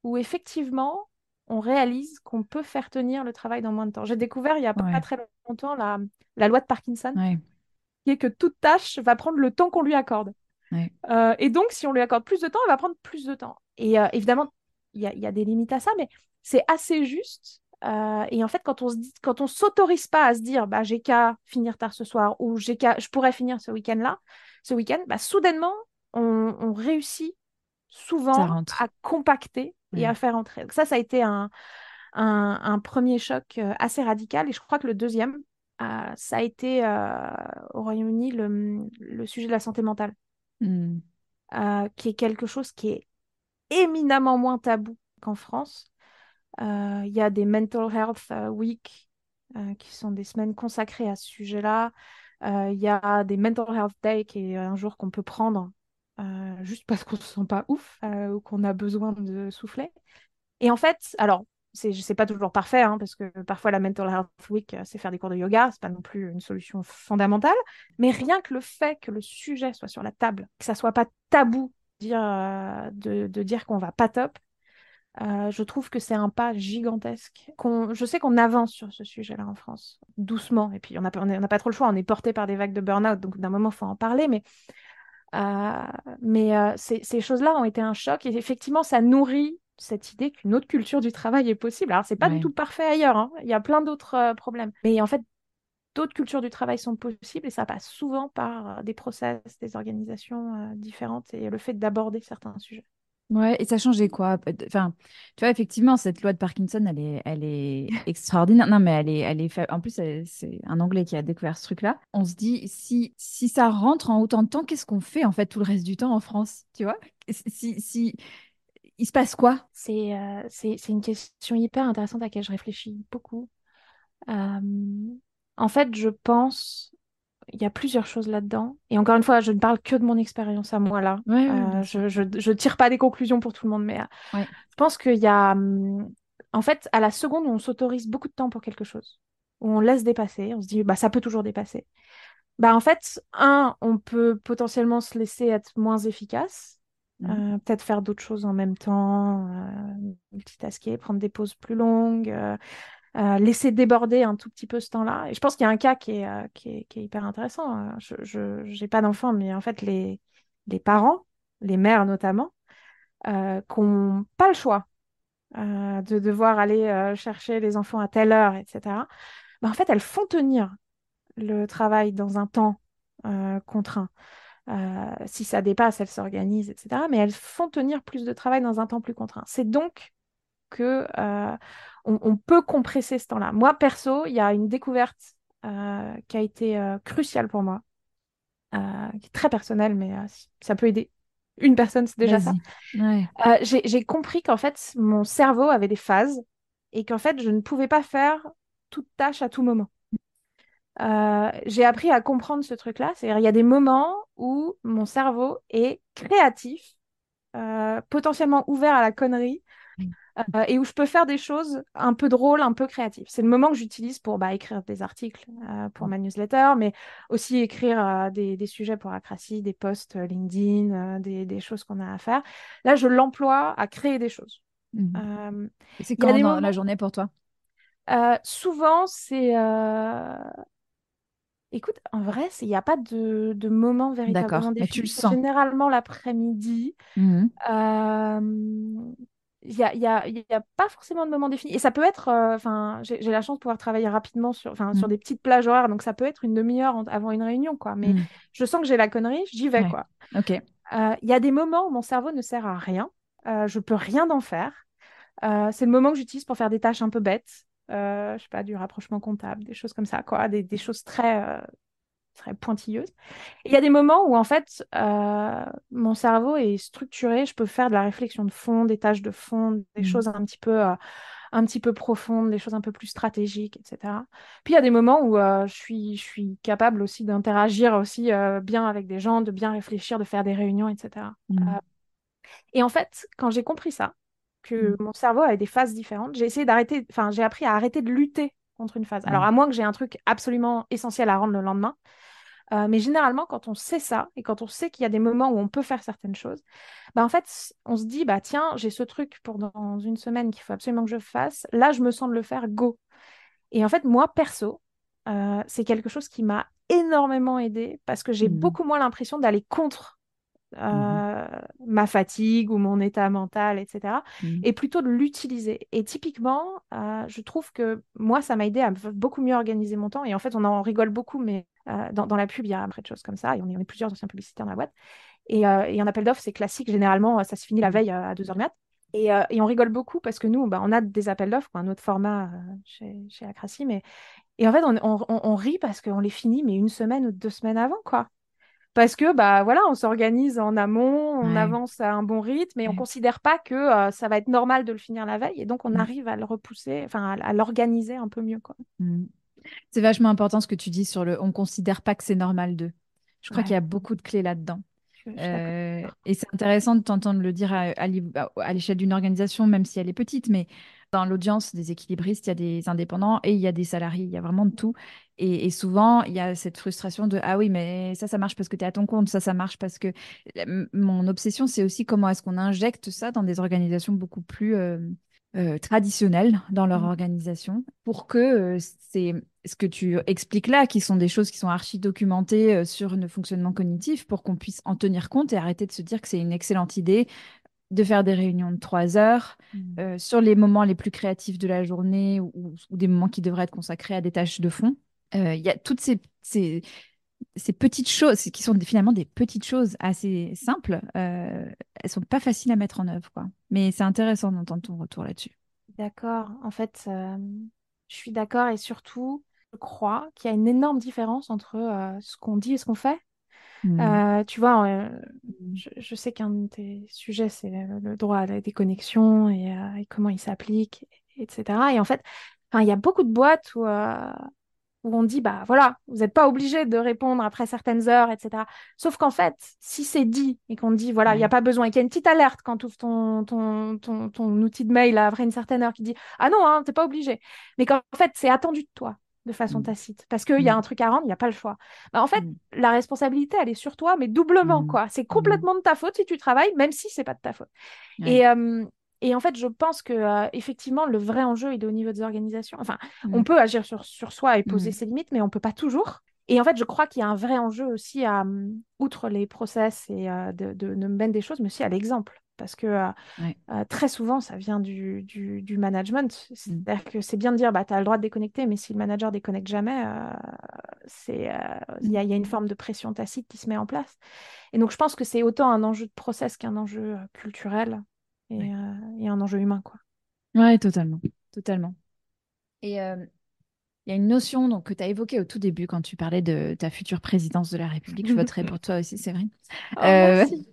où effectivement, on réalise qu'on peut faire tenir le travail dans moins de temps. J'ai découvert il n'y a pas Ouais, très longtemps la, la loi de Parkinson, ouais, qui est que toute tâche va prendre le temps qu'on lui accorde. ouais. Euh, et donc, si on lui accorde plus de temps, elle va prendre plus de temps. Et euh, évidemment, il y a, il y a des limites à ça, mais c'est assez juste. Euh, et en fait, quand on se dit, quand on s'autorise pas à se dire, bah, j'ai qu'à finir tard ce soir ou j'ai qu'à, je pourrais finir ce week-end-là, ce week-end, bah, soudainement, on, on réussit Ça souvent rentre. à compacter et à Ouais. faire entrer. Donc ça, ça a été un, un, un premier choc euh, assez radical. Et je crois que le deuxième, euh, ça a été euh, au Royaume-Uni le, le sujet de la santé mentale, Hmm. euh, qui est quelque chose qui est éminemment moins tabou qu'en France. Euh, Il y a des Mental Health euh, Week euh, qui sont des semaines consacrées à ce sujet-là. Euh, Il y a des Mental Health Day qui est un jour qu'on peut prendre euh, juste parce qu'on ne se sent pas ouf euh, ou qu'on a besoin de souffler. Et en fait, alors, c'est c'est pas toujours parfait, hein, parce que parfois la Mental Health Week, euh, c'est faire des cours de yoga, c'est pas non plus une solution fondamentale. Mais rien que le fait que le sujet soit sur la table, que ça soit pas tabou de dire, euh, de, de dire qu'on va pas top, euh, je trouve que c'est un pas gigantesque. Qu'on, je sais qu'on avance sur ce sujet-là en France, doucement. Et puis on n'a pas, on est- on n'a pas trop le choix, on est porté par des vagues de burn-out, donc d'un moment, il faut en parler. Mais, euh, mais euh, ces, ces choses-là ont été un choc. Et effectivement, ça nourrit cette idée qu'une autre culture du travail est possible. Alors, c'est pas du Ouais. tout parfait ailleurs, hein. Il y a plein d'autres euh, problèmes. Mais en fait, d'autres cultures du travail sont possibles et ça passe souvent par euh, des process, des organisations euh, différentes et le fait d'aborder certains sujets. Ouais, et ça changeait quoi? peut- Enfin, tu vois, effectivement, cette loi de Parkinson, elle est, elle est extraordinaire. Non, mais elle est, elle est fa- En plus, elle- c'est un Anglais qui a découvert ce truc-là. On se dit, si, si ça rentre en autant de temps, qu'est-ce qu'on fait en fait tout le reste du temps en France? Tu vois? Si, si, il se passe quoi? C'est euh, c'est, c'est une question hyper intéressante à laquelle je réfléchis beaucoup. Euh, En fait, je pense, il y a plusieurs choses là-dedans. Et encore une fois, je ne parle que de mon expérience à moi là. Ouais, ouais, bien Euh, sûr. je, je, je tire pas des conclusions pour tout le monde, mais euh, Ouais. je pense qu'il y a, hum, en fait, à la seconde où on s'autorise beaucoup de temps pour quelque chose, où on laisse dépasser, on se dit, bah, ça peut toujours dépasser. Bah, en fait, un, on peut potentiellement se laisser être moins efficace, Mhm. euh, peut-être faire d'autres choses en même temps, euh, multitasker, prendre des pauses plus longues, euh, euh, laisser déborder un tout petit peu ce temps-là. Et je pense qu'il y a un cas qui est, euh, qui est, qui est hyper intéressant. Euh, Je, je, j'ai pas d'enfants, mais en fait, les, les parents, les mères notamment, euh, qui n'ont pas le choix euh, de devoir aller euh, chercher les enfants à telle heure, et cetera. Bah, en fait, elles font tenir le travail dans un temps euh, contraint. Euh, si ça dépasse, elles s'organisent, et cetera. Mais elles font tenir plus de travail dans un temps plus contraint. C'est donc que euh, on, on peut compresser ce temps-là. Moi, perso, il y a une découverte euh, qui a été euh, cruciale pour moi, euh, qui est très personnelle, mais euh, si ça peut aider une personne, c'est déjà ça. Vas-y. Ouais. Euh, j'ai, j'ai compris qu'en fait, mon cerveau avait des phases et qu'en fait, je ne pouvais pas faire toute tâche à tout moment. Euh, j'ai appris à comprendre ce truc-là. C'est-à-dire, il y a des moments où mon cerveau est créatif, euh, potentiellement ouvert à la connerie, euh, et où je peux faire des choses un peu drôles, un peu créatives. C'est le moment que j'utilise pour bah, écrire des articles euh, pour ma newsletter, mais aussi écrire euh, des, des sujets pour Acracy, des posts euh, LinkedIn, euh, des, des choses qu'on a à faire. Là, je l'emploie à créer des choses. Mhm. Euh, Et c'est Il y a quand des dans la moments, journée pour toi? euh, souvent, c'est... euh, Écoute, en vrai, c'est- il n'y a pas de, de moment véritablement D'accord. Mais tu le défini. C'est sens. généralement l'après-midi. Mhm. Euh, Il n'y a, il y a, il y a pas forcément de moment défini. Et ça peut être, euh, enfin, j'ai j'ai la chance de pouvoir travailler rapidement sur, enfin, sur Mhm. des petites plages horaires, donc ça peut être une demi-heure en- avant une réunion, quoi. Mais Mhm. je sens que j'ai la connerie, j'y vais, Ouais. quoi. Ok. Euh, Il y a des moments où mon cerveau ne sert à rien. Euh, je peux rien en faire. Euh, c'est le moment que j'utilise pour faire des tâches un peu bêtes. Euh, je sais pas, du rapprochement comptable, des choses comme ça, quoi. Des, des choses très, euh, très pointilleuses. Il y a des moments où, en fait, euh, mon cerveau est structuré. Je peux faire de la réflexion de fond, des tâches de fond, des Mhm. choses un petit peu, euh, un petit peu profondes, des choses un peu plus stratégiques, et cetera. Puis il y a des moments où euh, je suis, je suis capable aussi d'interagir aussi euh, bien avec des gens, de bien réfléchir, de faire des réunions, et cetera. Euh, Mhm. et en fait, quand j'ai compris ça, que Mhm. mon cerveau avait des phases différentes, j'ai essayé d'arrêter, enfin, j'ai appris à arrêter de lutter contre une phase. Alors, Ouais. à moins que j'ai un truc absolument essentiel à rendre le lendemain, Euh, mais généralement, quand on sait ça et quand on sait qu'il y a des moments où on peut faire certaines choses, bah en fait, on se dit, bah tiens, j'ai ce truc pour dans une semaine qu'il faut absolument que je fasse. Là, je me sens de le faire, go. Et en fait, moi, perso, euh, c'est quelque chose qui m'a énormément aidée parce que j'ai Mhm. beaucoup moins l'impression d'aller contre Mhm. euh, ma fatigue ou mon état mental, et cetera. Mhm. Et plutôt de l'utiliser. Et typiquement, euh, je trouve que moi, ça m'a aidé à me- beaucoup mieux organiser mon temps. Et en fait, on en rigole beaucoup, mais euh, dans, dans la pub, il y a après de choses comme ça. Et on est, on est plusieurs anciens publicitaires dans la boîte. Et, euh, et un appel d'offres, c'est classique. Généralement, ça se finit la Mhm. veille euh, à deux heures du mat. Et, euh, et on rigole beaucoup parce que nous, bah, on a des appels d'offres, quoi, un autre format euh, chez, chez Acracy. Mais... Et en fait, on, on, on- on rit parce qu'on les finit, mais une semaine ou deux semaines avant, quoi. Parce que bah voilà, on s'organise en amont, on Ouais. avance à un bon rythme et on Ouais. considère pas que euh, ça va être normal de le finir la veille et donc on Mhm. arrive à le repousser, enfin à, à l'organiser un peu mieux quoi. Mhm. C'est vachement important ce que tu dis sur le on considère pas que c'est normal de. Je crois qu'il y Ouais, a beaucoup de clés là-dedans. je, je suis d'accord. Euh, et c'est intéressant de t'entendre le dire à, à l'i- à l'échelle d'une organisation, même si elle est petite, mais dans l'audience des équilibristes, il y a des indépendants et il y a des salariés, il y a vraiment de tout. Et, et souvent, il y a cette frustration de ah oui, mais ça, ça marche parce que tu es à ton compte, ça, ça marche parce que. M- Mon obsession, c'est aussi comment est-ce qu'on injecte ça dans des organisations beaucoup plus euh, euh, traditionnelles dans leur Mm. organisation pour que euh, c'est ce que tu expliques là, qui sont des choses qui sont archi documentées euh, sur le fonctionnement cognitif, pour qu'on puisse en tenir compte et arrêter de se dire que c'est une excellente idée de faire des réunions de trois heures Mm. euh, sur les moments les plus créatifs de la journée ou, ou des moments qui devraient être consacrés à des tâches de fond. Euh, Il y a toutes ces, ces, ces petites choses qui sont finalement des petites choses assez simples. Euh, elles sont pas faciles à mettre en œuvre, quoi. Mais c'est intéressant d'entendre ton retour là-dessus. D'accord. En fait, euh, je suis d'accord et surtout, je crois qu'il y a une énorme différence entre euh, ce qu'on dit et ce qu'on fait. Mm. Euh, tu vois, euh, Mm. je, je sais qu'un de tes sujets, c'est le, le droit à la déconnexion et, euh, et comment il s'applique, et cetera. Et en fait, enfin, il y a beaucoup de boîtes où, euh, où on dit, bah voilà, vous n'êtes pas obligé de répondre après certaines heures, et cetera. Sauf qu'en fait, si c'est dit et qu'on dit, voilà, il n'y a Ouais. pas besoin, et qu'il y a une petite alerte quand tu ouvres ton, ton, ton, ton outil de mail après une certaine heure qui dit, ah non, hein, t'es pas obligé. Mais qu'en fait, c'est attendu de toi de façon Mm. tacite. Parce qu'il y a Mm. un truc à rendre, il n'y a pas le choix. Bah, en fait, Mm. la responsabilité, elle est sur toi, mais doublement, Mm. quoi. C'est Mm. complètement de ta faute si tu travailles, même si c'est pas de ta faute. Ouais. Et, euh, et en fait, je pense que euh, effectivement, le vrai enjeu, il est au niveau des organisations. Enfin, on Mm. peut agir sur, sur soi et poser Mm. ses limites, mais on peut pas toujours. Et en fait, je crois qu'il y a un vrai enjeu aussi à, euh, outre les process et euh, de, de, de mettre des choses, mais aussi à l'exemple. Parce que euh, Ouais. euh, très souvent, ça vient du, du, du management. Mm. C'est-à-dire que c'est bien de dire, bah, tu as le droit de déconnecter, mais si le manager déconnecte jamais, euh, c'est, euh, il y a, il y a une forme de pression tacite qui se met en place. Et donc, je pense que c'est autant un enjeu de process qu'un enjeu euh, culturel et, Ouais. euh, et un enjeu humain, quoi. Ouais, totalement. Totalement. Et euh, il y a une notion donc, que tu as évoquée au tout début quand tu parlais de ta future présidence de la République. Je voterai pour toi aussi, c'est vrai. Oh, moi Euh, aussi.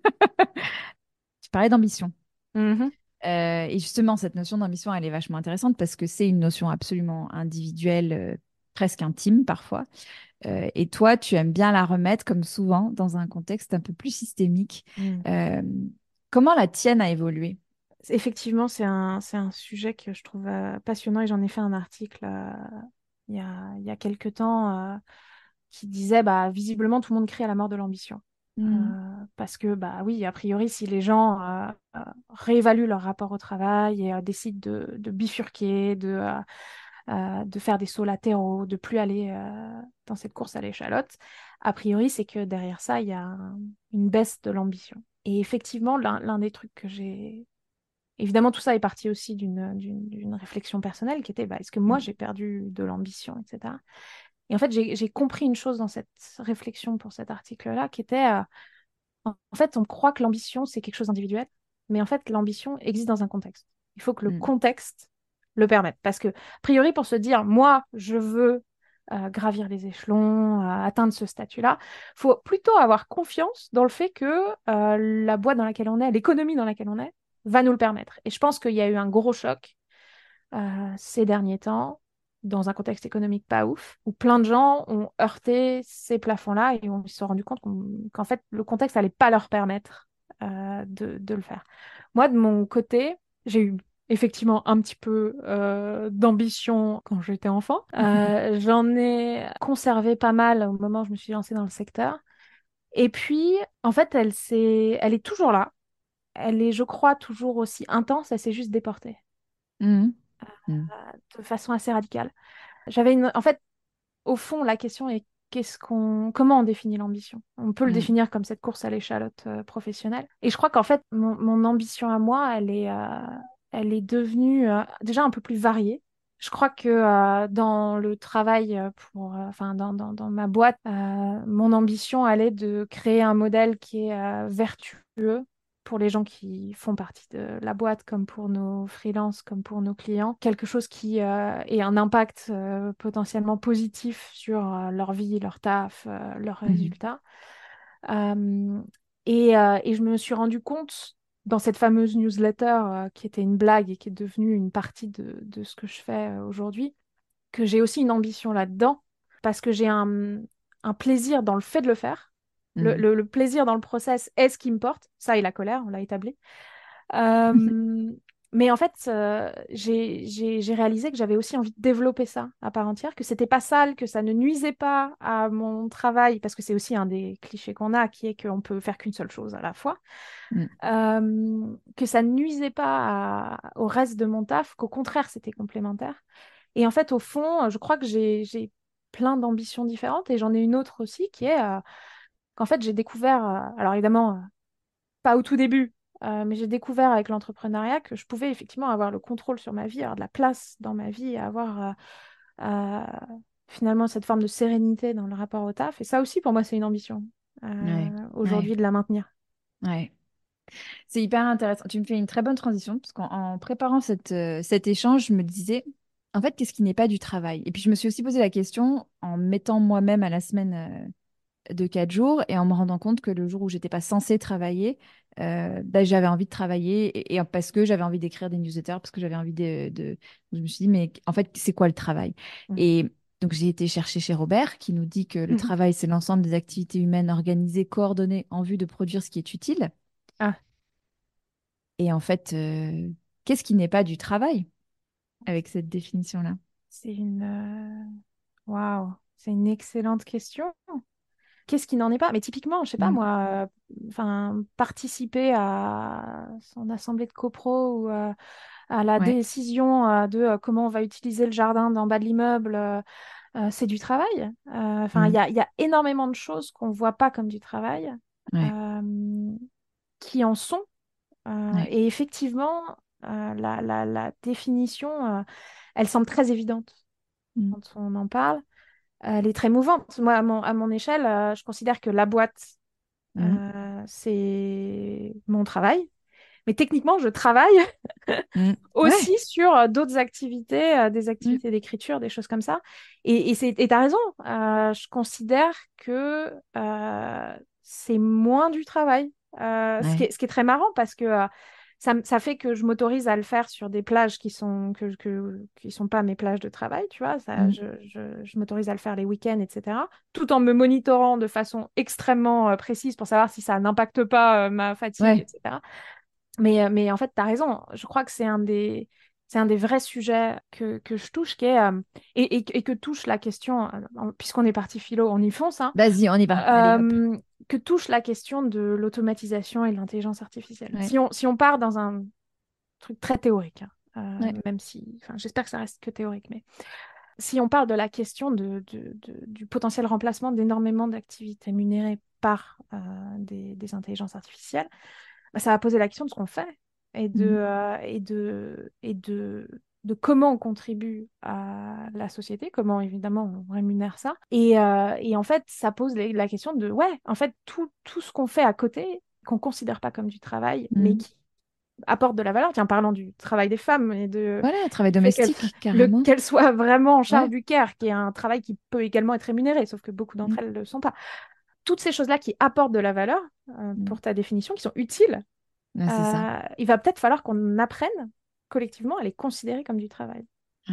tu parlais d'ambition. Mhm. Euh, et justement, cette notion d'ambition, elle est vachement intéressante parce que c'est une notion absolument individuelle, euh, presque intime parfois. Euh, et toi, tu aimes bien la remettre, comme souvent, dans un contexte un peu plus systémique. Mm. Euh, comment la tienne a évolué? Effectivement, c'est un, c'est un sujet que je trouve euh, passionnant et j'en ai fait un article euh, il y a, il y a quelques temps euh, qui disait bah, visiblement tout le monde crie à la mort de l'ambition. Euh, Mm. parce que, bah oui, a priori, si les gens euh, euh, réévaluent leur rapport au travail et euh, décident de, de bifurquer, de, euh, euh, de faire des sauts latéraux, de plus aller euh, dans cette course à l'échalote, a priori, c'est que derrière ça, il y a un- une baisse de l'ambition. Et effectivement, l'un, l'un des trucs que j'ai... Évidemment, tout ça est parti aussi d'une, d'une, d'une réflexion personnelle qui était, bah, est-ce que moi, Mm. j'ai perdu de l'ambition, et cetera. Et en fait, j'ai, j'ai compris une chose dans cette réflexion pour cet article-là, qui était, euh, en en fait, on croit que l'ambition, c'est quelque chose d'individuel, mais en fait, l'ambition existe dans un contexte. Il faut que le Mm. contexte le permette. Parce que, a priori, pour se dire, moi, je veux euh, gravir les échelons, euh, atteindre ce statut-là, il faut plutôt avoir confiance dans le fait que euh, la boîte dans laquelle on est, l'économie dans laquelle on est, va nous le permettre. Et je pense qu'il y a eu un gros choc euh, ces derniers temps, dans un contexte économique pas ouf, où plein de gens ont heurté ces plafonds-là et on se sont rendu compte qu'on- qu'en fait, le contexte n'allait pas leur permettre euh, de, de le faire. Moi, de mon côté, j'ai eu effectivement un petit peu euh, d'ambition quand j'étais enfant. Euh, j'en ai conservé pas mal au moment où je me suis lancée dans le secteur. Et puis, en fait, elle s'est... elle est toujours là. Elle est, je crois, toujours aussi intense. Elle s'est juste déportée Mhm. Mhm. de façon assez radicale. J'avais une... En fait, au fond, la question est qu'est-ce qu'on... comment on définit l'ambition? On peut le Mhm. définir comme cette course à l'échalote euh, professionnelle. Et je crois qu'en fait, mon, mon ambition à moi, elle est, euh, elle est devenue euh, déjà un peu plus variée. Je crois que euh, dans le travail, euh, pour, euh, enfin, dans, dans, dans ma boîte, euh, mon ambition, elle est de créer un modèle qui est euh, vertueux pour les gens qui font partie de la boîte, comme pour nos freelances, comme pour nos clients, quelque chose qui euh, ait un impact euh, potentiellement positif sur euh, leur vie, leur taf, euh, leurs Mhm. résultats. Euh, et, euh, et je me suis rendu compte dans cette fameuse newsletter euh, qui était une blague et qui est devenue une partie de, de ce que je fais euh, aujourd'hui, que j'ai aussi une ambition là-dedans, parce que j'ai un, un plaisir dans le fait de le faire. Le, Mhm. le- le plaisir dans le process est ce qui me porte, ça et la colère, on l'a établi. Euh, mais en fait, euh, j'ai, j'ai, j'ai réalisé que j'avais aussi envie de développer ça à part entière, que c'était pas sale, que ça ne nuisait pas à mon travail, parce que c'est aussi un des clichés qu'on a, qui est qu'on peut faire qu'une seule chose à la fois, Mhm. euh, que ça ne nuisait pas à- au reste de mon taf, qu'au contraire, c'était complémentaire. Et en fait, au fond, je crois que j'ai, j'ai plein d'ambitions différentes, et j'en ai une autre aussi qui est euh, qu'en fait, j'ai découvert, euh, alors évidemment, pas au tout début, euh, mais j'ai découvert avec l'entrepreneuriat que je pouvais effectivement avoir le contrôle sur ma vie, avoir de la place dans ma vie, et avoir euh, euh, finalement cette forme de sérénité dans le rapport au taf. Et ça aussi, pour moi, c'est une ambition Ouais. euh, Ouais. aujourd'hui de la maintenir. Ouais. C'est hyper intéressant. Tu me fais une très bonne transition parce qu'en en préparant cette, euh, cet échange, je me disais, en fait, qu'est-ce qui n'est pas du travail? Et puis je me suis aussi posé la question en mettant moi-même à la semaine euh, de quatre jours et en me rendant compte que le jour où j'étais pas censée travailler, euh, bah, j'avais envie de travailler et, et parce que j'avais envie d'écrire des newsletters, parce que j'avais envie de, de- Je me suis dit, mais en fait, c'est quoi le travail? Mm. Et donc j'ai été chercher chez Robert qui nous dit que le travail, c'est l'ensemble des activités humaines organisées, coordonnées en vue de produire ce qui est utile. Ah, Et en fait, euh, qu'est-ce qui n'est pas du travail avec cette définition-là? c'est une... euh, Waouh, c'est une excellente question. Qu'est-ce qui n'en est pas? Mais typiquement, je sais pas Mm. moi, euh, enfin, participer à son assemblée de copro ou euh, à la Ouais, décision euh, de euh, comment on va utiliser le jardin d'en bas de l'immeuble, euh, euh, c'est du travail. Euh, Enfin, il mm. y a, il y a énormément de choses qu'on ne voit pas comme du travail, Ouais, euh, qui en sont. Euh, ouais. et effectivement, euh, la, la- la définition, euh, elle semble très évidente Mm. quand on en parle. Elle est très mouvante. Moi, à mon, à mon échelle, euh, je considère que la boîte, Mm. euh, c'est mon travail. Mais techniquement, je travaille Mm. Ouais. aussi sur euh, d'autres activités, euh, des Mm. activités d'écriture, des choses comme ça. Et et c'est, et t'as raison, euh, je considère que euh, c'est moins du travail. Euh, ce qui Ouais. est, ce qui est très marrant parce que euh, ça, m- ça fait que je m'autorise à le faire sur des plages qui sont, que, que, qui sont pas mes plages de travail, tu vois. Ça, Mm. je, je, je m'autorise à le faire les week-ends, et cetera. Tout en me monitorant de façon extrêmement euh, précise pour savoir si ça n'impacte pas euh, ma fatigue, Ouais. et cetera. Mais, euh, mais en fait, tu as raison. Je crois que c'est un des, c'est un des vrais sujets que, que je touche, qui est, euh, et, et- et que touche la question, euh, en- puisqu'on est parti philo, on y fonce, hein, Vas-y, on y va. Allez, hop. euh, que touche la question de l'automatisation et de l'intelligence artificielle. Ouais. Si on, si on part dans un truc très théorique, hein, Ouais. euh, même si, enfin, j'espère que ça reste que théorique, mais si on parle de la question de, de- de- du potentiel remplacement d'énormément d'activités rémunérées par euh, des, des intelligences artificielles, bah, ça va poser la question de ce qu'on fait et de, Mm. euh, et de, et de, de comment on contribue à la société, comment évidemment on rémunère ça. Et, euh, et en fait, ça pose la la question de, ouais, en fait, tout, tout ce qu'on fait à côté, qu'on ne considère pas comme du travail, mais Mm. qui apporte de la valeur. Tiens, parlons du travail des femmes et de, Voilà, travail du fait qu'elles domestique, le- carrément. qu'elles soient vraiment en charge Ouais. du care, qui est un travail qui peut également être rémunéré, sauf que beaucoup Mm. d'entre elles ne le sont pas. Toutes ces choses-là qui apportent de la valeur, euh, Mm. pour ta définition, qui sont utiles, Ouais, c'est ça. euh, il va peut-être falloir qu'on apprenne collectivement à les considérer comme du travail. Ouais.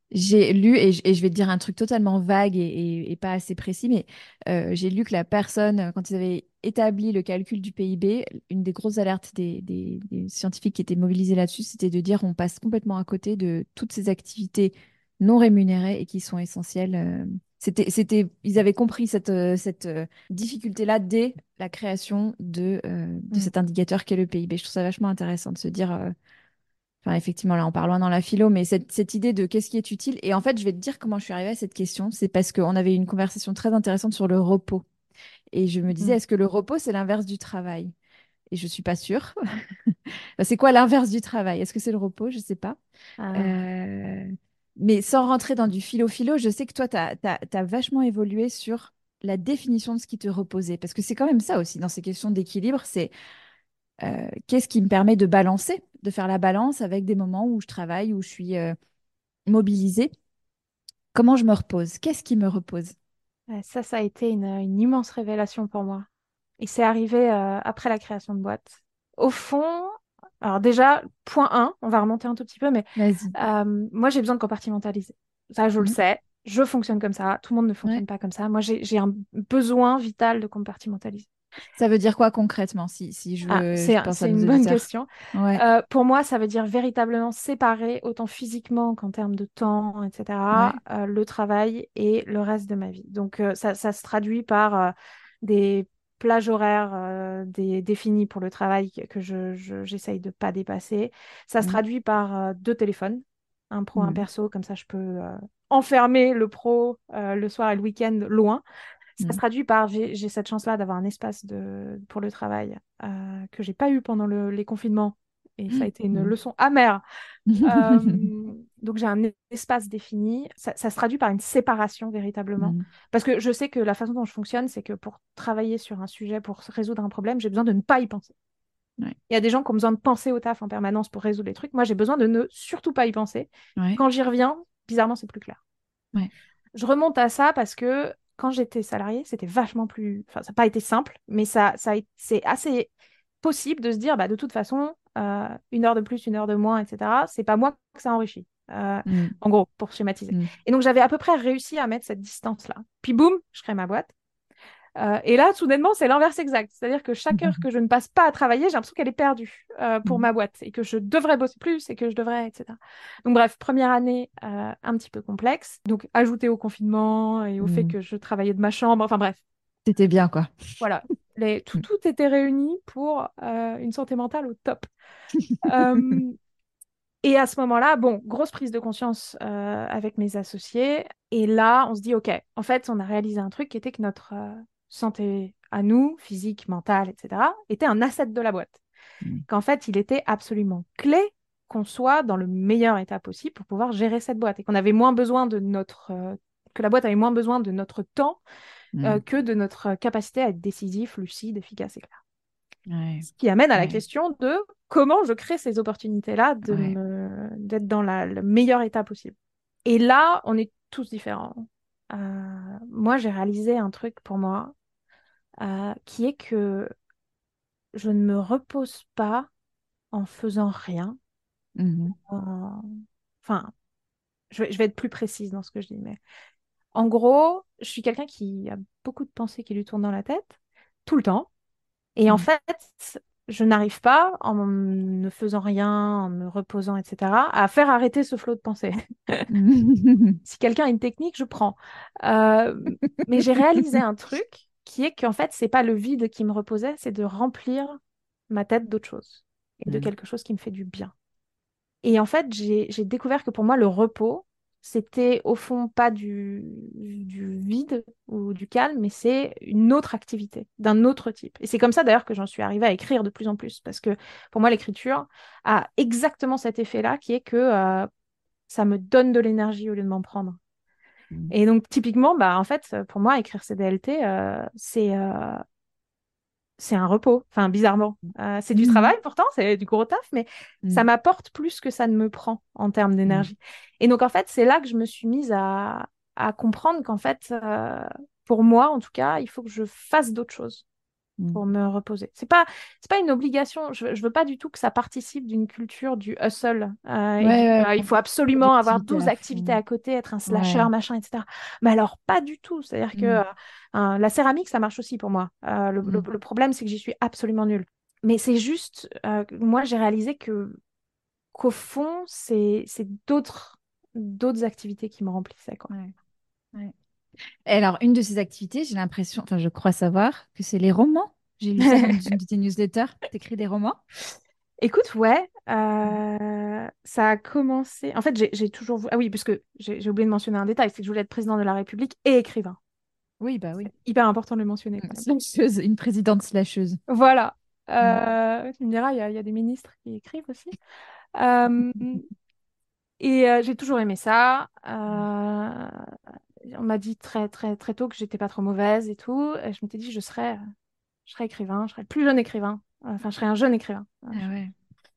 J'ai lu, et je, et je vais te dire un truc totalement vague et, et- et pas assez précis, mais euh, j'ai lu que la personne, euh, quand ils avaient établi le calcul du P I B, une des grosses alertes des, des- des scientifiques qui étaient mobilisés là-dessus, c'était de dire on passe complètement à côté de toutes ces activités non rémunérées et qui sont essentielles. euh. C'était, c'était, ils avaient compris cette, euh, cette euh, difficulté-là dès la création de, euh, de Mm. cet indicateur qu'est le P I B. Je trouve ça vachement intéressant de se dire. euh, Enfin, effectivement, là, on part loin dans la philo, mais cette, cette idée de qu'est-ce qui est utile. Et en fait, je vais te dire comment je suis arrivée à cette question. C'est parce qu'on avait eu une conversation très intéressante sur le repos. Et je me disais, Mm. est-ce que le repos, c'est l'inverse du travail? Et je suis pas sûre. Enfin, c'est quoi l'inverse du travail? Est-ce que c'est le repos? Je sais pas. Ah. Euh, Mais sans rentrer dans du philo-philo, je sais que toi, tu as vachement évolué sur la définition de ce qui te reposait. Parce que c'est quand même ça aussi, dans ces questions d'équilibre, c'est euh, qu'est-ce qui me permet de balancer, de faire la balance avec des moments où je travaille, où je suis euh, mobilisée. Comment je me repose? Qu'est-ce qui me repose? Ouais, ça, ça a été une, une immense révélation pour moi. Et c'est arrivé euh, après la création de boîte. Au fond, alors déjà, point un, on va remonter un tout petit peu, mais Vas-y. euh, moi, j'ai besoin de compartimentaliser. Ça, je le Mm. sais. Je fonctionne comme ça. Tout le monde ne Ouais. fonctionne pas comme ça. Moi, j'ai, j'ai un besoin vital de compartimentaliser. Ça veut dire quoi concrètement, si, si je Ah, veux, c'est, je pense à c'est nos une bonne auditeurs? question. Ouais, Euh, pour moi, ça veut dire véritablement séparer, autant physiquement qu'en termes de temps, et cetera, ouais. euh, le travail et le reste de ma vie. Donc, euh, ça, ça se traduit par euh, des plages horaires euh, des, définies pour le travail que que je, je- j'essaye de ne pas dépasser. Ça se Mm. traduit par euh, deux téléphones, un pro, un Mm. perso, comme ça je peux euh, enfermer le pro euh, le soir et le week-end loin. Ça se Mm. traduit par, j'ai j'ai cette chance-là d'avoir un espace de, pour le travail euh, que j'ai pas eu pendant le- les confinements. Et ça a été une Mm. leçon amère. Euh, donc j'ai un espace défini. Ça, ça se traduit par une séparation véritablement. Mm. Parce que je sais que la façon dont je fonctionne, c'est que pour travailler sur un sujet, pour résoudre un problème, j'ai besoin de ne pas y penser. Ouais, Il y a des gens qui ont besoin de penser au taf en permanence pour résoudre les trucs. Moi, j'ai besoin de ne surtout pas y penser. ouais, Quand j'y reviens, bizarrement, c'est plus clair. ouais. Je remonte à ça parce que quand j'étais salariée, c'était vachement plus. Enfin, ça n'a pas été simple, mais ça, ça a... c'est assez possible de se dire, bah, de toute façon, euh, une heure de plus, une heure de moins, et cetera, c'est pas moi que ça enrichit. Euh, Mm. en gros, pour schématiser. Mm. Et donc, j'avais à peu près réussi à mettre cette distance-là. Puis, boum, je crée ma boîte. Euh, et là, soudainement, c'est l'inverse exact. C'est-à-dire que chaque heure que je ne passe pas à travailler, j'ai l'impression qu'elle est perdue euh, pour Mm. ma boîte et que je devrais bosser plus et que je devrais, et cetera. Donc bref, première année euh, un petit peu complexe. Donc ajouté au confinement et au fait Mm. que je travaillais de ma chambre. Enfin bref, C'était bien, quoi. voilà. Les, tout, Mm. tout était réuni pour euh, une santé mentale au top. Euh, et à ce moment-là, bon, grosse prise de conscience euh, avec mes associés. Et là, on se dit, OK, en fait, on a réalisé un truc qui était que notre euh, santé à nous, physique, mentale, et cetera, était un asset de la boîte. Mm. Qu'en fait, il était absolument clé qu'on soit dans le meilleur état possible pour pouvoir gérer cette boîte et qu'on avait moins besoin de notre... euh, que la boîte avait moins besoin de notre temps euh, Mm. que de notre capacité à être décisif, lucide, efficace et clair. Ouais, Ce qui amène à la ouais, question de comment je crée ces opportunités-là de ouais. me... d'être dans la- le meilleur état possible. Et là, on est tous différents. Euh, moi, j'ai réalisé un truc pour moi euh, qui est que je ne me repose pas en faisant rien. Mhm. en- Enfin, je vais, je vais être plus précise dans ce que je dis, mais en gros, je suis quelqu'un qui a beaucoup de pensées qui lui tournent dans la tête tout le temps. Et en Mm. fait, je n'arrive pas, en ne faisant rien, en me reposant, et cetera, à faire arrêter ce flot de pensées. Si quelqu'un a une technique, je prends. Euh, mais j'ai réalisé un truc qui est qu'en fait, c'est pas le vide qui me reposait, c'est de remplir ma tête d'autre chose et de Mm. quelque chose qui me fait du bien. Et en fait, j'ai j'ai découvert que pour moi, le repos, c'était au fond pas du, du vide ou du calme, mais c'est une autre activité, d'un autre type. Et c'est comme ça d'ailleurs que j'en suis arrivée à écrire de plus en plus, parce que pour moi, l'écriture a exactement cet effet-là, qui est que euh, ça me donne de l'énergie au lieu de m'en prendre. Mm. Et donc, typiquement, bah, en fait, pour moi, écrire C D L T, euh, c'est euh, c'est un repos, enfin bizarrement. Euh, c'est du travail Mhm. pourtant, c'est du gros taf, mais ça Mm. m'apporte plus que ça ne me prend en termes Mm. d'énergie. Et donc en fait, c'est là que je me suis mise à, à comprendre qu'en fait, euh, pour moi en tout cas, il faut que je fasse d'autres choses. pour Mm. me reposer. C'est pas, c'est pas une obligation. Je, je veux pas du tout que ça participe d'une culture du hustle euh, Ouais, et du ouais, euh, il ouais. faut absolument avoir Productivité douze à activités fond. à côté, être un slasher, Ouais. machin, et cetera. Mais alors, pas du tout. C'est-à-dire que Mm. euh, euh, la céramique, ça marche aussi pour moi. Euh, le, le- Mm. le problème, c'est que j'y suis absolument nulle. Mais c'est juste, euh, moi, j'ai réalisé que qu'au fond, c'est c'est d'autres d'autres activités qui me remplissaient, quoi. Ouais. Ouais. Et alors, une de ces activités, j'ai l'impression, enfin, je crois savoir que c'est les romans. J'ai lu ça dans une de tes newsletters. T'écris des romans? Écoute, ouais, euh, ça a commencé. En fait, j'ai j'ai toujours voulu. Ah oui, parce que j'ai j'ai oublié de mentionner un détail, c'est que je voulais être président de la République et écrivain. Oui, bah oui. C'est hyper important de le mentionner, Mm. quand même. Slasheuse, une présidente slasheuse. Voilà. Mm. Euh, tu me diras, il y, a il y a des ministres qui écrivent aussi. Euh, et euh, j'ai toujours aimé ça. Euh, on m'a dit très, très, très tôt que j'étais pas trop mauvaise et tout. Et je m'étais dit, je serais, je serais écrivain, je serais le plus jeune écrivain. Enfin, je serais un jeune écrivain. Ah ouais.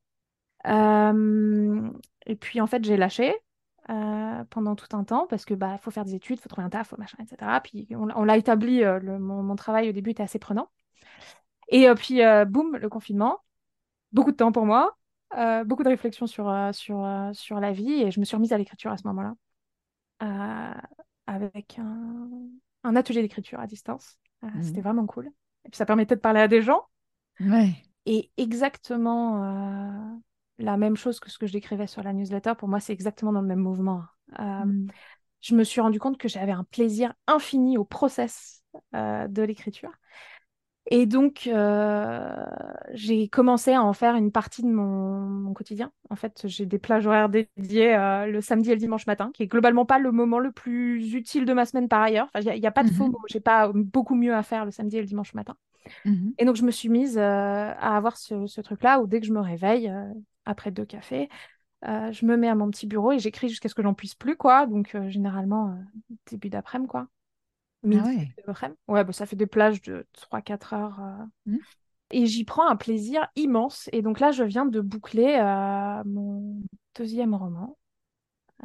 Euh, et puis en fait, j'ai lâché euh, pendant tout un temps parce que bah faut faire des études, faut trouver un taf, faut machin, et cetera. Puis on, l'a on l'a établi, euh, le- mon, mon travail au début était assez prenant. Et euh, puis euh, boum, le confinement, beaucoup de temps pour moi, euh, beaucoup de réflexion sur, euh, sur, euh, sur la vie et je me suis remise à l'écriture à ce moment-là, euh, avec un, un atelier d'écriture à distance. Euh, c'était Mm. vraiment cool. Et puis ça permettait de parler à des gens. Ouais. Et exactement euh, la même chose que ce que je décrivais sur la newsletter, pour moi, c'est exactement dans le même mouvement. Euh, Mm. je me suis rendu compte que j'avais un plaisir infini au process euh, de l'écriture. Et donc, euh, j'ai commencé à en faire une partie de mon, mon quotidien. En fait, j'ai des plages horaires dédiées euh, le samedi et le dimanche matin, qui est globalement pas le moment le plus utile de ma semaine par ailleurs. Enfin, il n'y a, y a pas de faux Mhm. mots. J'ai pas beaucoup mieux à faire le samedi et le dimanche matin. Mhm. Et donc, je me suis mise euh, à avoir ce, ce truc-là où dès que je me réveille, euh, après deux cafés, euh, je me mets à mon petit bureau et j'écris jusqu'à ce que j'en puisse plus, quoi. Donc, euh, généralement, euh, début d'après-midi, quoi. Ah Midi, ouais. début d'après-midi. Ouais, bah, ça fait des plages de trois quatre heures. euh. Mm. Et j'y prends un plaisir immense. Et donc là, je viens de boucler euh, mon deuxième roman. Euh,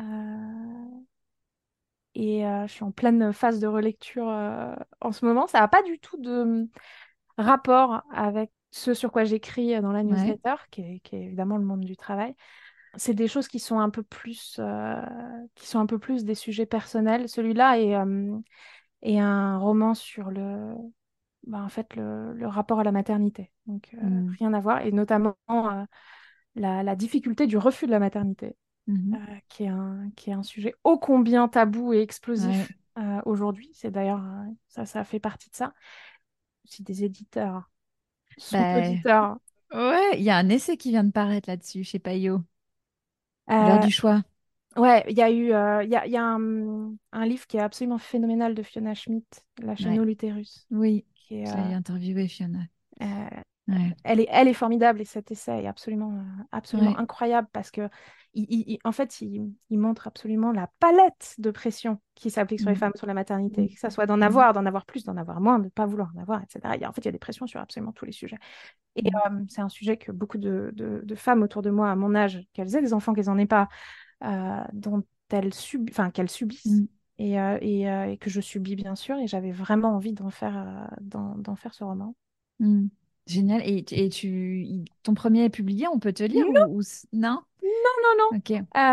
Et euh, je suis en pleine phase de relecture euh, en ce moment. Ça n'a pas du tout de rapport avec ce sur quoi j'écris dans la Ouais. newsletter, qui est, qui est évidemment le monde du travail. C'est des choses qui sont un peu plus, euh, qui sont un peu plus des sujets personnels. Celui-là est, euh, est un roman sur le, bah, en fait, le, le rapport à la maternité. Donc, euh, Mm. rien à voir. Et notamment euh, la, la difficulté du refus de la maternité, euh, Mhm. qui est un, qui est un sujet ô combien tabou et Ouais. explosif euh, aujourd'hui. C'est d'ailleurs, euh, ça, ça fait partie de ça. Si des éditeurs sont Bah, auditeurs. ouais, il y a un essai qui vient de paraître là-dessus chez Payot. L'heure Euh, du choix. ouais, il y a eu euh, il y a, il y a un, un livre qui est absolument phénoménal de Fiona Schmidt, La chaîne Ouais. au l'utérus, Oui. qui est, Je euh, l'ai interviewé, Fiona. euh, Ouais. elle est, elle est formidable et cet essai est absolument, euh, absolument Ouais. incroyable parce que il, il- il- en fait, il, il montre absolument la palette de pression qui s'applique sur les Mm. femmes sur la maternité, Mm. que ça soit d'en Mm. avoir, d'en avoir plus, d'en avoir moins, de ne pas vouloir en avoir, et cetera. Il y a- en fait, il y a des pressions sur absolument tous les sujets. Et Mm. euh, c'est un sujet que beaucoup de, de- de femmes autour de moi, à mon âge, qu'elles aient des enfants, qu'elles n'en aient pas, euh, dont elles sub... enfin, qu'elles subissent Mm. et, euh, et, euh, et que je subis bien sûr. Et j'avais vraiment envie d'en faire, euh, d'en, d'en faire ce roman. Mm. Génial. Et, et tu, il- ton premier est publié, on peut te lire Non, ou, ou c- non? non, non. Ok.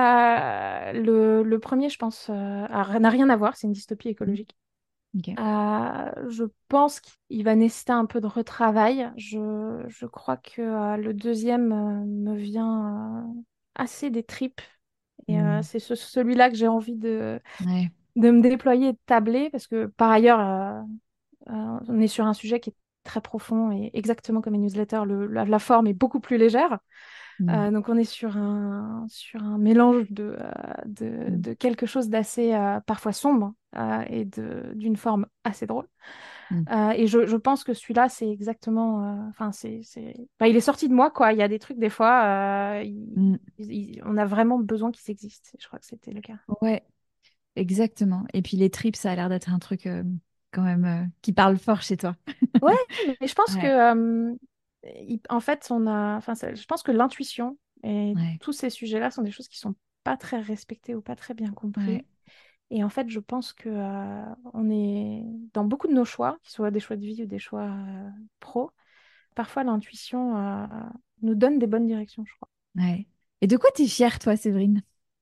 Euh, le, le premier, je pense, euh, a- n'a rien à voir. C'est une dystopie Mm. écologique. Ok. Euh, je pense qu'il va nécessiter un peu de retravail. Je, je crois que euh, le deuxième euh, me vient euh, assez des tripes. Et euh, Mm. c'est ce- celui-là que j'ai envie de, Ouais. de me déployer et de tabler parce que par ailleurs, euh, euh, on est sur un sujet qui est très profond et exactement comme une newsletter, le- la, la forme est beaucoup plus légère. Mm. Euh, donc on est sur un, sur un mélange de, euh, de, Mm. de quelque chose d'assez euh, parfois sombre euh, et de, d'une forme assez drôle. Mm. Euh, et je, je pense que celui-là, c'est exactement. euh, Enfin, c'est, c'est... enfin, il est sorti de moi, quoi. Il y a des trucs, des fois, euh, il- Mm. il- on a vraiment besoin qu'ils existent. Je crois que c'était le cas. Ouais, exactement. Et puis les tripes, ça a l'air d'être un truc euh, quand même euh, qui parle fort chez toi. Ouais, mais je pense que, Ouais. euh, il- en fait, on a, enfin, ça- je pense que l'intuition et Ouais. tous ces sujets-là sont des choses qui sont pas très respectées ou pas très bien Ouais. compris. Et en fait, je pense que euh, on est dans beaucoup de nos choix, qu'ils soient des choix de vie ou des choix euh, pro, parfois l'intuition euh, nous donne des bonnes directions, je crois. Ouais. Et de quoi t'es fière, toi, Séverine?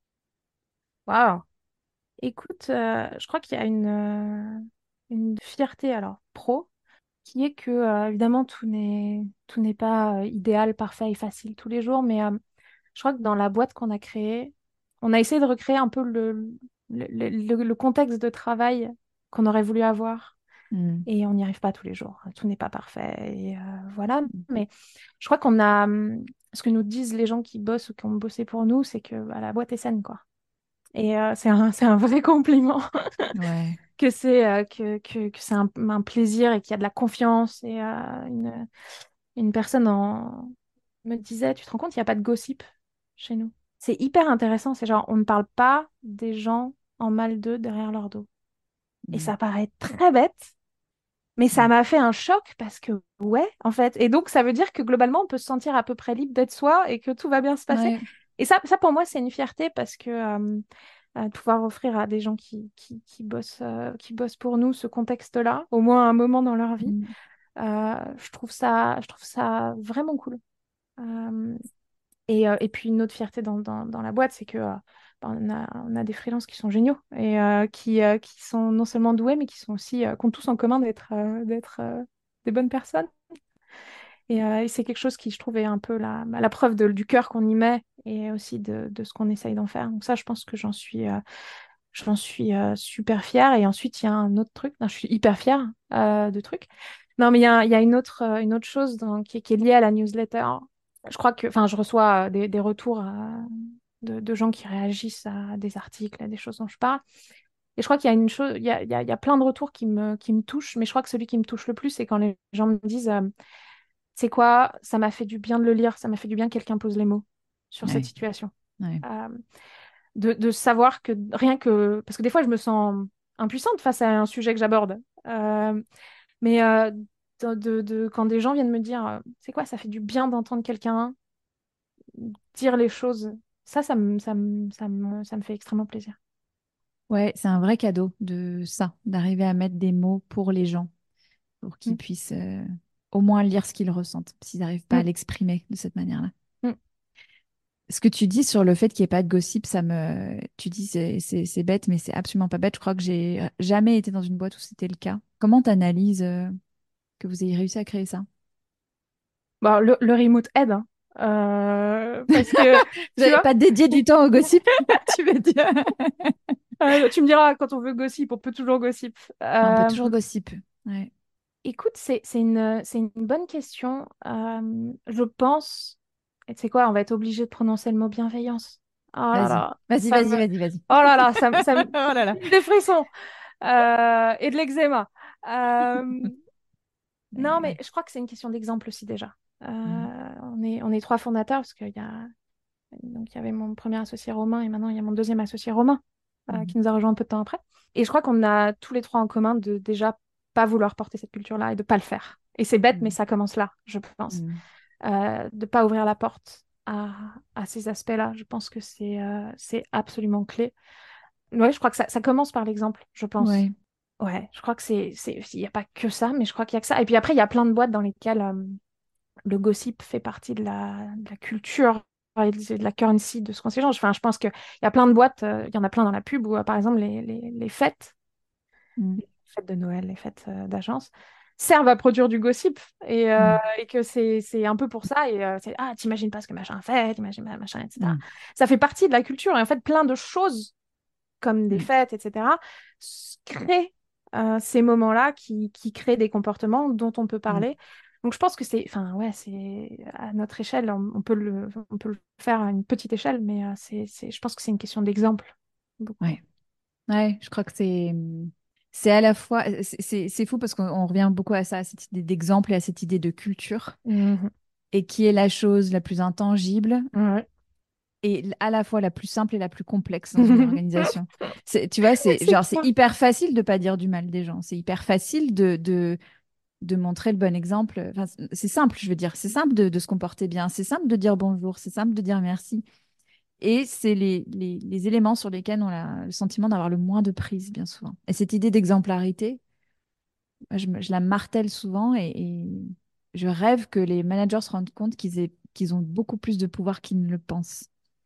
Waouh! Écoute, euh, je crois qu'il y a une, euh, une fierté alors pro qui est que euh, évidemment tout n'est tout n'est pas euh, idéal, parfait et facile tous les jours, mais euh, je crois que dans la boîte qu'on a créée, on a essayé de recréer un peu le, le, le- le- le contexte de travail qu'on aurait voulu avoir. Hmm. Et on n'y arrive pas tous les jours. Tout n'est pas parfait. Et euh, voilà. Mais je crois qu'on a. hum, Ce que nous disent les gens qui bossent ou qui ont bossé pour nous, c'est que bah, la boîte est saine, quoi. Et euh, c'est un, c'est un vrai compliment. Ouais. Que c'est euh, que, que, que c'est un, un plaisir et qu'il y a de la confiance. Et euh, une, une personne en... me disait, tu te rends compte, il n'y a pas de gossip chez nous. C'est hyper intéressant. C'est genre, on ne parle pas des gens en mal d'eux derrière leur dos. Et Hmm. ça paraît très bête. Mais ça Ouais. m'a fait un choc parce que, ouais, en fait. Et donc, ça veut dire que globalement, on peut se sentir à peu près libre d'être soi et que tout va bien se passer. Ouais. Et ça, ça pour moi, c'est une fierté parce que euh, euh, pouvoir offrir à des gens qui, qui, qui bossent, euh, qui bossent pour nous ce contexte-là, au moins un moment dans leur vie, Hmm. euh, je trouve ça, je trouve ça vraiment cool. Euh, et, euh, et puis une autre fierté dans, dans, dans la boîte, c'est que euh, ben, on a, on a des freelances qui sont géniaux et euh, qui, euh, qui sont non seulement doués, mais qui sont aussi, euh, qui ont tous en commun d'être euh, d'être euh, des bonnes personnes. Et, euh, et c'est quelque chose qui, je trouve, est un peu la, bah, la preuve de- du cœur qu'on y met et aussi de, de ce qu'on essaye d'en faire. Donc ça, je pense que j'en suis, euh, j'en suis euh, super fière. Et ensuite, il y a un autre truc. Non, je suis hyper fière euh, de trucs. Non, mais il y a, il y a une autre, euh, une autre chose dans- qui, est qui est liée à la newsletter. Je crois que, enfin, je reçois euh, des, des retours euh, de, de gens qui réagissent à des articles, à des choses dont je parle. Et je crois qu'il y a une chose, il y a, il y a, il y a plein de retours qui me, qui me touchent, mais je crois que celui qui me touche le plus, c'est quand les gens me disent, euh, c'est quoi, ça m'a fait du bien de le lire, ça m'a fait du bien que quelqu'un pose les mots sur cette Ouais. situation. Ouais. Euh, de, de savoir que rien que, parce que des fois, je me sens impuissante face à un sujet que j'aborde. Euh, mais euh, de, de- de- quand des gens viennent me dire, euh, c'est quoi, ça fait du bien d'entendre quelqu'un dire les choses, ça, ça me, ça me, ça me, ça me fait extrêmement plaisir. Ouais, c'est un vrai cadeau de ça, d'arriver à mettre des mots pour les gens, pour qu'ils Mm, puissent euh, au moins lire ce qu'ils ressentent, s'ils n'arrivent pas à mm, l'exprimer de cette manière-là. mm. Ce que tu dis sur le fait qu'il n'y ait pas de gossip, ça me... Tu dis c'est c'est- c'est bête, mais c'est absolument pas bête. Je crois que j'ai jamais été dans une boîte où c'était le cas. Comment tu analyses que vous ayez réussi à créer ça? Bon, le, le remote aide, hein. Euh, parce que, Vous tu n'avez vois, pas dédié du temps au gossip, tu veux dire? euh, tu me diras, quand on veut gossip, on peut toujours gossip. On peut Euh, toujours gossip. Ouais. Écoute, c'est c'est une, c'est une bonne question. Euh, je pense, et tu sais quoi, on va être obligé de prononcer le mot bienveillance. Oh là Vas-y, là, vas-y, ça me, vas-y, vas-y, vas-y. oh là là, ça, me- ça, me Oh ça là me là. donne des frissons euh, et de l'eczéma. Euh, Mais non, mais ouais. je crois que c'est une question d'exemple aussi déjà. Euh, Mm, on est, on est trois fondateurs parce qu'il y a, donc il y avait mon premier associé Romain et maintenant il y a mon deuxième associé Romain euh, mm, qui nous a rejoint un peu de temps après. Et je crois qu'on a tous les trois en commun de déjà pas vouloir porter cette culture-là et de pas le faire. Et c'est bête, mais mm, ça commence là, je pense. mm. Euh, de pas ouvrir la porte à, à ces aspects-là. Je pense que c'est euh, c'est absolument clé. Ouais, je crois que ça, ça commence par l'exemple, je pense. Ouais. Ouais, je crois que c'est, c'est, il n'y a pas que ça, mais je crois qu'il y a que ça. Et puis après, il y a plein de boîtes dans lesquelles euh, le gossip fait partie de la, de la culture et de de la currency de ce qu'on s'échange. Enfin, je pense qu'il y a plein de boîtes, euh, il y en a plein dans la pub où, euh, par exemple, les, les, les fêtes, Mm, les fêtes de Noël, les fêtes euh, d'agence, servent à produire du gossip et, euh, mm, et que c'est, c'est un peu pour ça. Et euh, c'est, ah, t'imagines pas ce que machin fait, t'imagines pas machin, et cetera. mm, Ça fait partie de la culture. Et en fait, plein de choses comme des mm, fêtes, et cetera, s- créent euh, ces moments-là qui, qui créent des comportements dont on peut mm. parler. Donc je pense que c'est, enfin ouais, c'est à notre échelle, on, on peut le, on peut le faire à une petite échelle, mais euh, c'est, c'est, je pense que c'est une question d'exemple, beaucoup. Ouais. Ouais, je crois que c'est c'est à la fois c'est c'est- c'est fou parce qu'on on revient beaucoup à ça, à cette idée d'exemple et à cette idée de culture Mhm. et qui est la chose la plus intangible Ouais. et à la fois la plus simple et la plus complexe dans une organisation. C'est, tu vois, c'est C'est genre c'est clair. hyper facile de pas dire du mal des gens, c'est hyper facile de, de de montrer le bon exemple. Enfin, c'est simple, je veux dire, c'est simple de, de se comporter bien, c'est simple de dire bonjour, c'est simple de dire merci. Et c'est les, les, les éléments sur lesquels on a le sentiment d'avoir le moins de prise, bien souvent. Et cette idée d'exemplarité, moi, je, me- je la martèle souvent et, et je rêve que les managers se rendent compte qu'ils aient, qu'ils ont beaucoup plus de pouvoir qu'ils ne le pensent.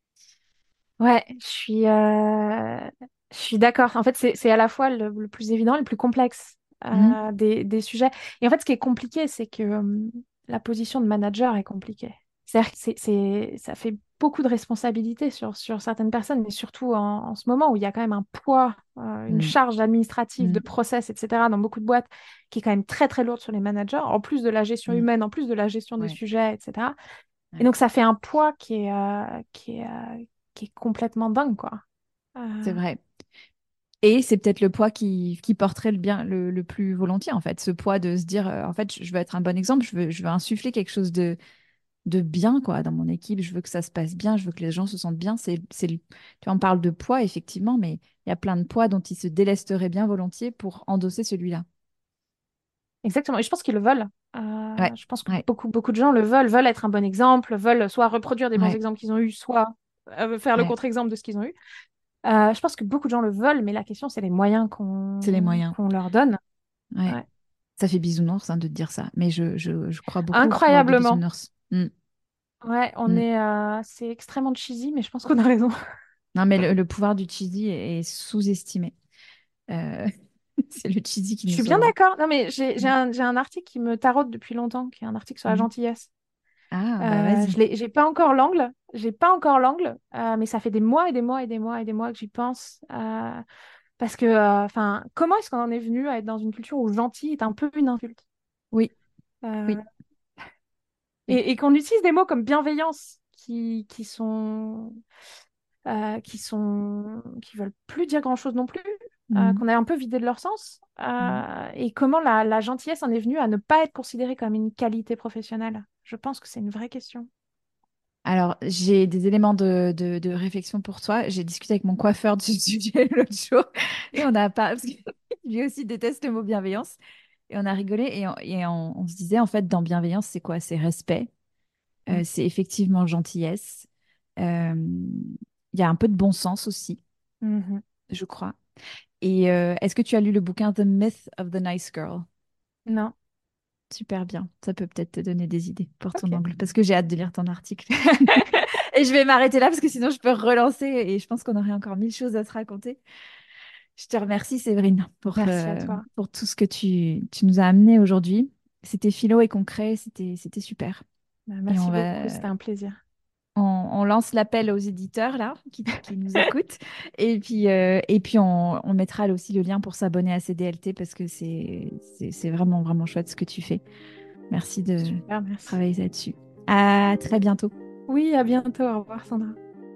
Ouais, je suis, euh, je suis d'accord. En fait, c'est, c'est à la fois le, le plus évident et le plus complexe Mhm. euh, des, des sujets. Et en fait, ce qui est compliqué, c'est que euh, la position de manager est compliquée. C'est-à-dire que c'est, c'est, ça fait beaucoup de responsabilités sur, sur certaines personnes, mais surtout en, en ce moment où il y a quand même un poids, euh, une Mm. charge administrative, de Mm. process, et cetera, dans beaucoup de boîtes, qui est quand même très, très lourde sur les managers, en plus de la gestion Mm. humaine, en plus de la gestion des Ouais, sujets, et cetera. Et ouais, donc, ça fait un poids qui est, euh, qui est, euh, qui est complètement dingue, quoi. c'est Euh, vrai. Et c'est peut-être le poids qui, qui porterait le bien le, le plus volontiers, en fait. Ce poids de se dire, euh, en fait, je veux être un bon exemple, je veux, je veux insuffler quelque chose de, de bien, quoi, dans mon équipe. Je veux que ça se passe bien, je veux que les gens se sentent bien. C'est, c'est, le- tu vois, on parle de poids, effectivement, mais il y a plein de poids dont ils se délesteraient bien volontiers pour endosser celui-là. Exactement. Et je pense qu'ils le veulent. Euh, Ouais, je pense que ouais, beaucoup, beaucoup de gens le veulent, veulent être un bon exemple, veulent soit reproduire des bons ouais, exemples qu'ils ont eus, soit euh, faire le ouais. contre-exemple de ce qu'ils ont eu. Euh, je pense que beaucoup de gens le veulent, mais la question, c'est les moyens C'est les qu'on moyens. qu'on leur donne. Ouais. Ouais. Ça fait bisounours, hein, de te dire ça, mais je, je, je crois beaucoup au pouvoir du Incroyablement. bisounours. Mm, Ouais, on mm. est, euh, c'est extrêmement cheesy, mais je pense qu'on a raison. Non, mais le, le pouvoir du cheesy est, est sous-estimé. Euh, c'est le cheesy qui Je nous suis bien sauvera. d'accord. Non, mais j'ai j'ai Mm, un, j'ai un article qui me taraude depuis longtemps, qui est un article sur la mhm. gentillesse. Ah, bah Euh, vas-y. je l'ai, j'ai pas encore l'angle, j'ai pas encore l'angle, euh, mais ça fait des mois et des mois et des mois et des mois que j'y pense. Euh, parce que, enfin, comment est-ce qu'on en est venu à être dans une culture où gentil est un peu une insulte? Oui, Euh, oui, oui. et et qu'on utilise des mots comme bienveillance qui, qui sont, euh, qui sont, qui veulent plus dire grand-chose non plus, euh, Mm, qu'on a un peu vidé de leur sens. mm. Euh, et comment la, la gentillesse en est venue à ne pas être considérée comme une qualité professionnelle? Je pense que c'est une vraie question. Alors, j'ai des éléments de, de, de réflexion pour toi. J'ai discuté avec mon coiffeur du sujet l'autre jour et on a pas, parce que lui aussi déteste le mot bienveillance. Et on a rigolé et, on, et on- on se disait, en fait, dans bienveillance, c'est quoi? C'est respect, euh, Mm. c'est effectivement gentillesse. Euh, Il y a un peu de bon sens aussi, Mhm. je crois. Et euh, est-ce que tu as lu le bouquin The Myth of the Nice Girl? Non. Super bien. Ça peut peut-être te donner des idées pour ton Ok. angle, parce que j'ai hâte de lire ton article. Et je vais m'arrêter là, parce que sinon je peux relancer et je pense qu'on aurait encore mille choses à se raconter. Je te remercie, Séverine, pour, Merci à euh, toi. pour tout ce que tu, tu nous as amené aujourd'hui. C'était philo et concret, c'était, c'était super. Bah, Et on merci beaucoup, va, c'était un plaisir. on, on lance l'appel aux éditeurs là, qui, qui nous écoutent. Et puis, euh, et puis on, on mettra là aussi le lien pour s'abonner à C D L T parce que c'est, c'est, c'est vraiment, vraiment chouette ce que tu fais. Merci de Super, merci. travailler là-dessus. À très bientôt. Oui, à bientôt. Au revoir, Sandra.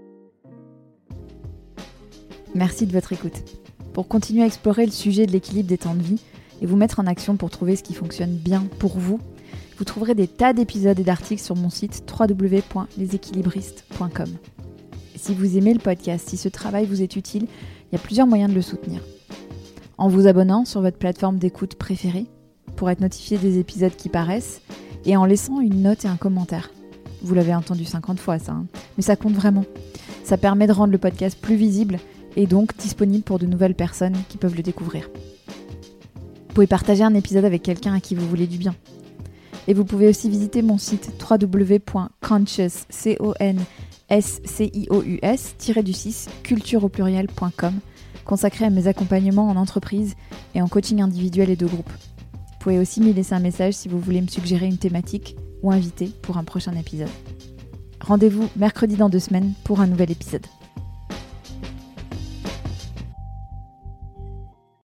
Merci de votre écoute. Pour continuer à explorer le sujet de l'équilibre des temps de vie et vous mettre en action pour trouver ce qui fonctionne bien pour vous, vous trouverez des tas d'épisodes et d'articles sur mon site w w w point les équilibristes point com. Et si vous aimez le podcast, si ce travail vous est utile, il y a plusieurs moyens de le soutenir. En vous abonnant sur votre plateforme d'écoute préférée pour être notifié des épisodes qui paraissent et en laissant une note et un commentaire. Vous l'avez entendu cinquante fois ça, hein, mais ça compte vraiment. Ça permet de rendre le podcast plus visible et donc disponible pour de nouvelles personnes qui peuvent le découvrir. Vous pouvez partager un épisode avec quelqu'un à qui vous voulez du bien. Et vous pouvez aussi visiter mon site w w w point conscious, C O N S C I O U S, du six, culture au pluriel point com, consacré à mes accompagnements en entreprise et en coaching individuel et de groupe. Vous pouvez aussi me laisser un message si vous voulez me suggérer une thématique ou inviter pour un prochain épisode. Rendez-vous mercredi dans deux semaines pour un nouvel épisode.